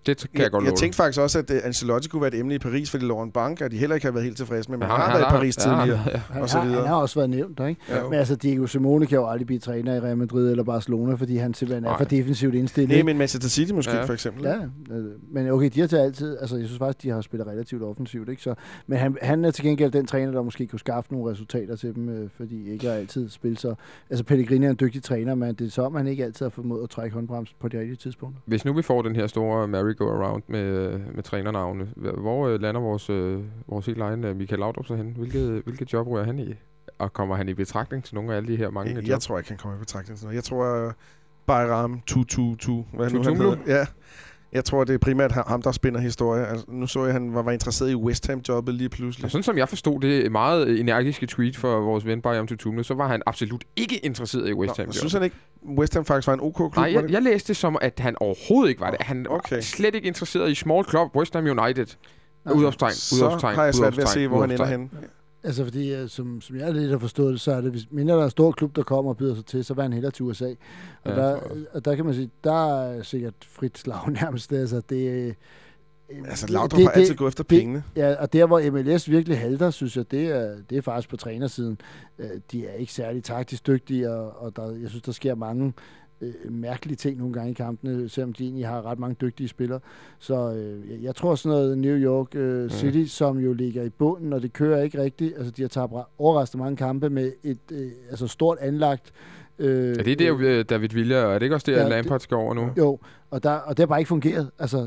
Det kan jeg godt love. Jeg tænkte faktisk også, at Ancelotti kunne være et emne i Paris, fordi Laurent Bank, at de heller ikke har været helt tilfredse med, men han har været i Paris tidligere. Og så videre. Han har også været nævnt der, ikke? Ja. Men altså, Diego Simeone kan jo aldrig blive træner i Real Madrid eller Barcelona, fordi han simpelthen er for defensivt indstillet. Nej, men Manchester City måske for eksempel. Ja, men okay, de har til altid, altså jeg synes faktisk, de har spillet relativt offensivt, ikke? Så, men han er til gengæld den træner, der måske kunne skaffe nogle resultater til dem, fordi ikke har altid spillet så. Altså Pellegrini er en dygtig træner, men det er så, man ikke altid har formået at trække håndbremsen på de rigtige tidspunkter. Hvis nu vi får den her store merry-go-around med trænernavne, hvor lander vores helt egen Michael Laudrup så hen? Hvilket job ryger han i? Og kommer han i betragtning til nogle af alle de her mange jobs? Jeg tror ikke, han kommer i betragtning til noget. Jeg tror, Bayram 222, hvad nu han hedder. Ja. Jeg tror, det er primært ham, der spinder historie. Altså, nu så jeg, han var interesseret i West Ham-jobbet lige pludselig. Og sådan som jeg forstod det meget energiske tweet for vores ven Bayram Tutumlu, så var han absolut ikke interesseret i West Ham-jobbet. Synes han ikke, West Ham faktisk var en OK-klub? Nej, jeg læste det som, at han overhovedet ikke var det. Han var slet ikke interesseret i small club West Ham United. Udopstegn. Så har jeg svært ved at se, hvor han ender hen. Altså fordi, som jeg lidt har forstået det, så er det, hvis mindre der er en stor klub, der kommer og byder sig til, så var han hellere til USA. Og der kan man sige, der er sikkert frit slag nærmest. Altså det... Altså Laudrup har altid gået efter pengene. Ja, og der hvor MLS virkelig halter, synes jeg, det er faktisk på trænersiden. De er ikke særlig taktisk dygtige, og jeg synes, der sker mange mærkelige ting nogle gange i kampene, selvom de egentlig har ret mange dygtige spillere. Så jeg tror sådan noget New York City, som jo ligger i bunden, og det kører ikke rigtigt. Altså de har tabt overraskende mange kampe med et altså stort anlagt. Er det der David Villa, og er det ikke også der, Lampard skal over nu? Jo, og det har bare ikke fungeret. Altså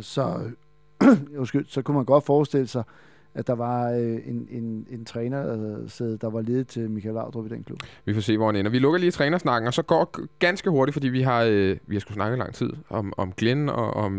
så kunne man godt forestille sig, at der var en træner, der var ledet til Michael Laudrup i den klub. Vi får se, hvor han ender. Vi lukker lige trænersnakken, og så går ganske hurtigt, fordi vi har skulle snakke lang tid om Glenn og om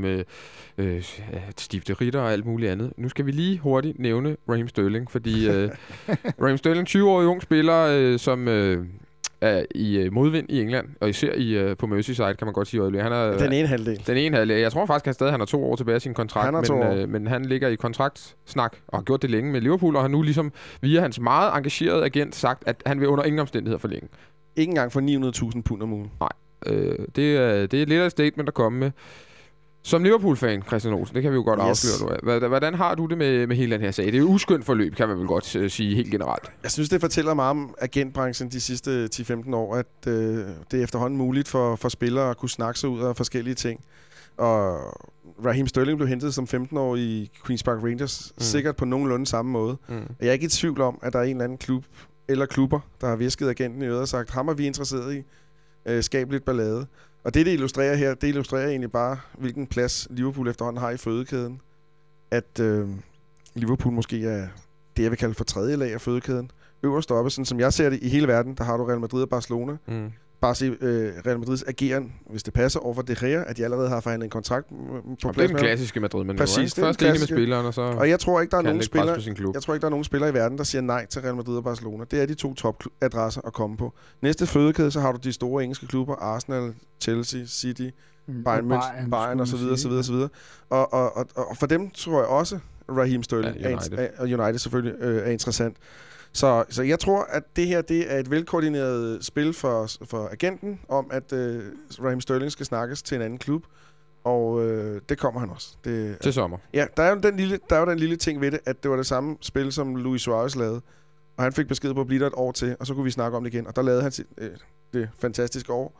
Steve de Ritter og alt muligt andet. Nu skal vi lige hurtigt nævne Raheem Sterling, fordi Raheem Sterling, 20-årig ung spiller, som... er i modvind i England, og især på Merseyside, kan man godt sige. Han er, den ene halvdel. Den ene halvdel. Jeg tror faktisk, han har 2 år tilbage af sin kontrakt, men han ligger i kontraktsnak, og har gjort det længe med Liverpool, og har nu ligesom via hans meget engagerede agent sagt, at han vil under ingen omstændigheder forlænge. Ikke engang for 900.000 pund om ugen. Nej, det er lidt af et statement at komme med. Som Liverpool-fan, Christian Olsen, det kan vi jo godt afsløre. Hvordan har du det med hele den her sag? Det er jo uskyndt forløb, kan man vel godt sige helt generelt. Jeg synes, det fortæller meget om agentbranchen de sidste 10-15 år, at det er efterhånden muligt for spillere at kunne snakke sig ud af forskellige ting. Og Raheem Sterling blev hentet som 15-årig i Queen's Park Rangers, sikkert på nogenlunde samme måde. Jeg er ikke i tvivl om, at der er en eller anden klub eller klubber, der har visket agenten i øret og sagt, ham er vi interesseret i, skab lidt ballade. Og det illustrerer her, det illustrerer egentlig bare, hvilken plads Liverpool efterhånden har i fødekæden. At Liverpool måske er det, jeg vil kalde for tredje lag af fødekæden. Øverst oppe, sådan som jeg ser det i hele verden, der har du Real Madrid og Barcelona. Bare se Real Madrids ageren, hvis det passer over for De Gea, at de allerede har forhandlet en kontrakt på plads. Det er den klassiske Madrid, men præcis, det er først med spilleren, og så og jeg tror ikke, der er nogen spillere i verden, der siger nej til Real Madrid og Barcelona. Det er de 2 topadresser at komme på. Næste fødekæde, så har du de store engelske klubber, Arsenal, Chelsea, City, Bayern og så videre. Og for dem tror jeg også, Raheem Sterling og United selvfølgelig er interessant. Så jeg tror, at det her det er et velkoordineret spil for agenten om, at Raheem Sterling skal snakkes til en anden klub. Og det kommer han også. Til sommer. Ja, der er jo den lille ting ved det, at det var det samme spil, som Luis Suarez lavede. Og han fik besked på at blive der et år til, og så kunne vi snakke om det igen. Og der lavede han det fantastiske år.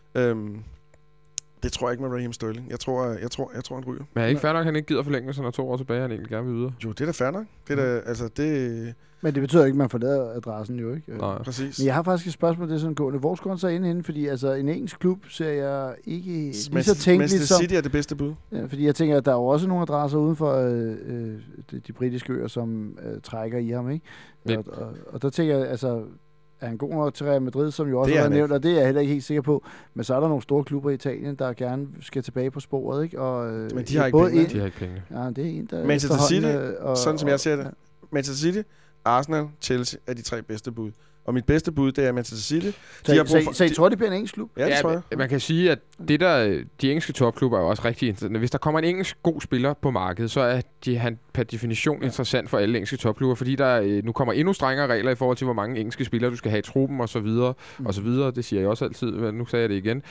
Det tror jeg ikke med Raheem Sterling. Jeg tror han ryger. Men er ikke fair nok, at han ikke gider forlænge, så når 2 år tilbage, han egentlig gerne vil videre? Jo, det er da fair nok. Det er da, Men det betyder ikke, at man forlader adressen jo, ikke? Nej. Præcis. Men jeg har faktisk et spørgsmål, det er sådan gående. Hvor skal han så ind? Fordi altså, en engelsk klub ser jeg ikke lige så tænkeligt som... Manchester City er det bedste bud. Ja, fordi jeg tænker, at der er jo også nogle adresser uden for de britiske øer, som trækker i ham, ikke? Og der tænker jeg, altså... er han god nok til Real Madrid, som jo også har været nævnt, og det er jeg heller ikke helt sikker på. Men så er der nogle store klubber i Italien, der gerne skal tilbage på sporet, ikke? Og, men de har ikke penge. De har ikke penge. Ja, det er en, der Manchester City, sådan som jeg ser det. Manchester City, Arsenal, Chelsea er de 3 bedste bud. Og mit bedste bud, det er Manchester City. Så I tror, det bliver en engelsk klub? Ja, det tror jeg. Man kan sige, at de engelske topklubber er jo også rigtig interessante. Hvis der kommer en engelsk god spiller på markedet, så er han per definition interessant for alle engelske topklubber, fordi der nu kommer endnu strengere regler i forhold til, hvor mange engelske spillere du skal have i truppen og så videre, og så videre. Det siger jeg også altid, men nu sagde jeg det igen.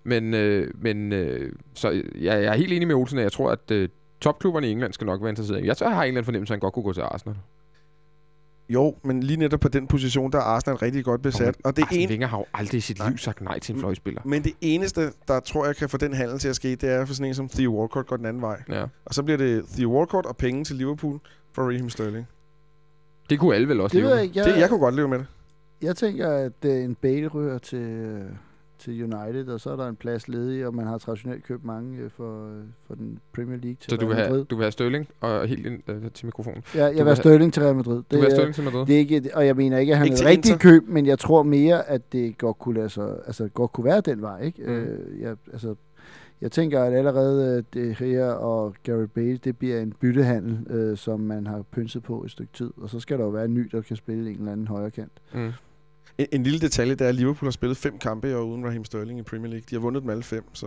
Så jeg er helt enig med Olsen, at jeg tror, at topklubberne i England skal nok være interesseret. Jeg har en eller anden fornemmelse, at han godt kunne gå til Arsenal. Jo, men lige netop på den position, der er Arsenal rigtig godt besat. Og det Arsene Wenger har jo aldrig i sit liv sagt nej til en fløjspiller. Men det eneste, der tror jeg kan få den handel til at ske, det er for sådan en som Theo Walcott går den anden vej. Ja. Og så bliver det Theo Walcott og penge til Liverpool for Raheem Sterling. Det kunne alle vel også leve med. Jeg kunne godt leve med det. Jeg tænker, at en Bale rører til United, og så er der en plads ledig, og man har traditionelt købt mange for den Premier League til Real Madrid. Du vil have Sterling og helt ind til mikrofonen. Ja, jeg vil have Sterling til Real Madrid. Du vil have Sterling til Madrid? Det er ikke, og jeg mener ikke, at han er et rigtigt køb, men jeg tror mere, at det godt kunne være den vej, ikke? Jeg tænker, at allerede det her og Gareth Bale, det bliver en byttehandel, som man har pynset på et stykke tid, og så skal der jo være en ny, der kan spille en eller anden højre kant. Mm. En lille detalje, der er, at Liverpool har spillet 5 kampe i år uden Raheem Sterling i Premier League. De har vundet dem alle 5, så...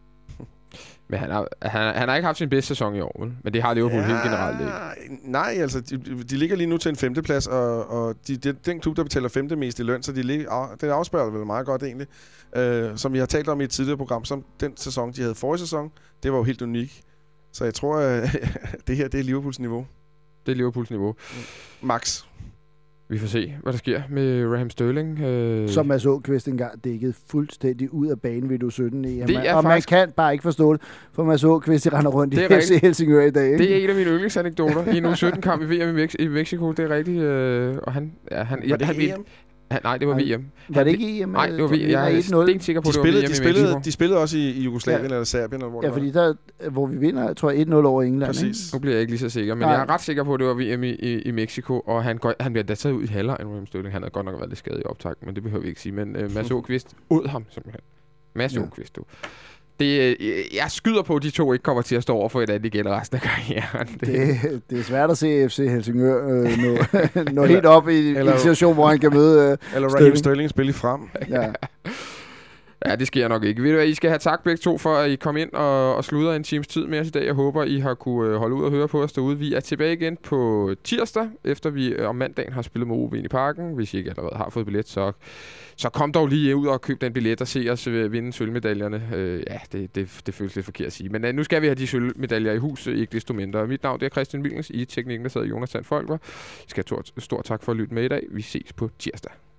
Men han har ikke haft sin bedste sæson i år, vel? Men det har Liverpool helt generelt ikke. Nej, altså, de ligger lige nu til en 5. plads, og den klub, der betaler 5. mest i løn, så det afspørger vel meget godt egentlig. Som vi har talt om i et tidligere program, som den sæson, de havde forrige sæson, det var jo helt unik. Så jeg tror, at det her, det er Liverpools niveau. Det er Liverpools niveau. Max. Vi får se, hvad der sker med Raheem Sterling. Som Mads Åkvist engang dækket fuldstændig ud af banen ved du 17 i. Og man kan bare ikke forstå det, for Mads Åkvist render rundt i FC Helsingør i dag. Ikke? Det er en af mine yndlingsanekdoter i en U17-kamp i VM i Mexico. Det er rigtigt. Og han EM? Nej, det var VM. Var det ikke EM? Nej, det var VM. Jeg er stensikker på, det var VM i Mexico. De spillede også i Jugoslavien eller Serbien. Eller hvor fordi der, hvor vi vinder, tror jeg, 1-0 over England. Præcis. Ikke? Nu bliver jeg ikke lige så sikker, men jeg er ret sikker på, at det var VM i Mexico, og han bliver da taget ud i halvleg af Raheem Sterling. Han havde godt nok været lidt skadet i optag, men det behøver vi ikke sige. Men Mads Åkvist ud ham simpelthen. Mads Åkvist, du. Jeg skyder på, at de to ikke kommer til at stå over for hinanden igen resten af karrieren. Det er svært at se FC Helsingør nå helt op i en situation, hvor han kan møde eller Raheem Sterling spille frem. Ja. Ja, det sker nok ikke. Ved du hvad, I skal have tak begge to for, at I kom ind og sludrede en times tid med os i dag. Jeg håber, I har kunne holde ud og høre på os derude. Vi er tilbage igen på tirsdag, efter vi om mandagen har spillet med OB i Parken. Hvis I ikke allerede har fået billet, så kom dog lige ud og køb den billet og se os vinde sølvmedaljerne. Det føles lidt forkert at sige. Men nu skal vi have de sølvmedaljer i hus, ikke desto mindre. Mit navn er Christian Wilens. I teknikken der sidder Jonas Sandfolker. I skal have stort tak for at lytte med i dag. Vi ses på tirsdag.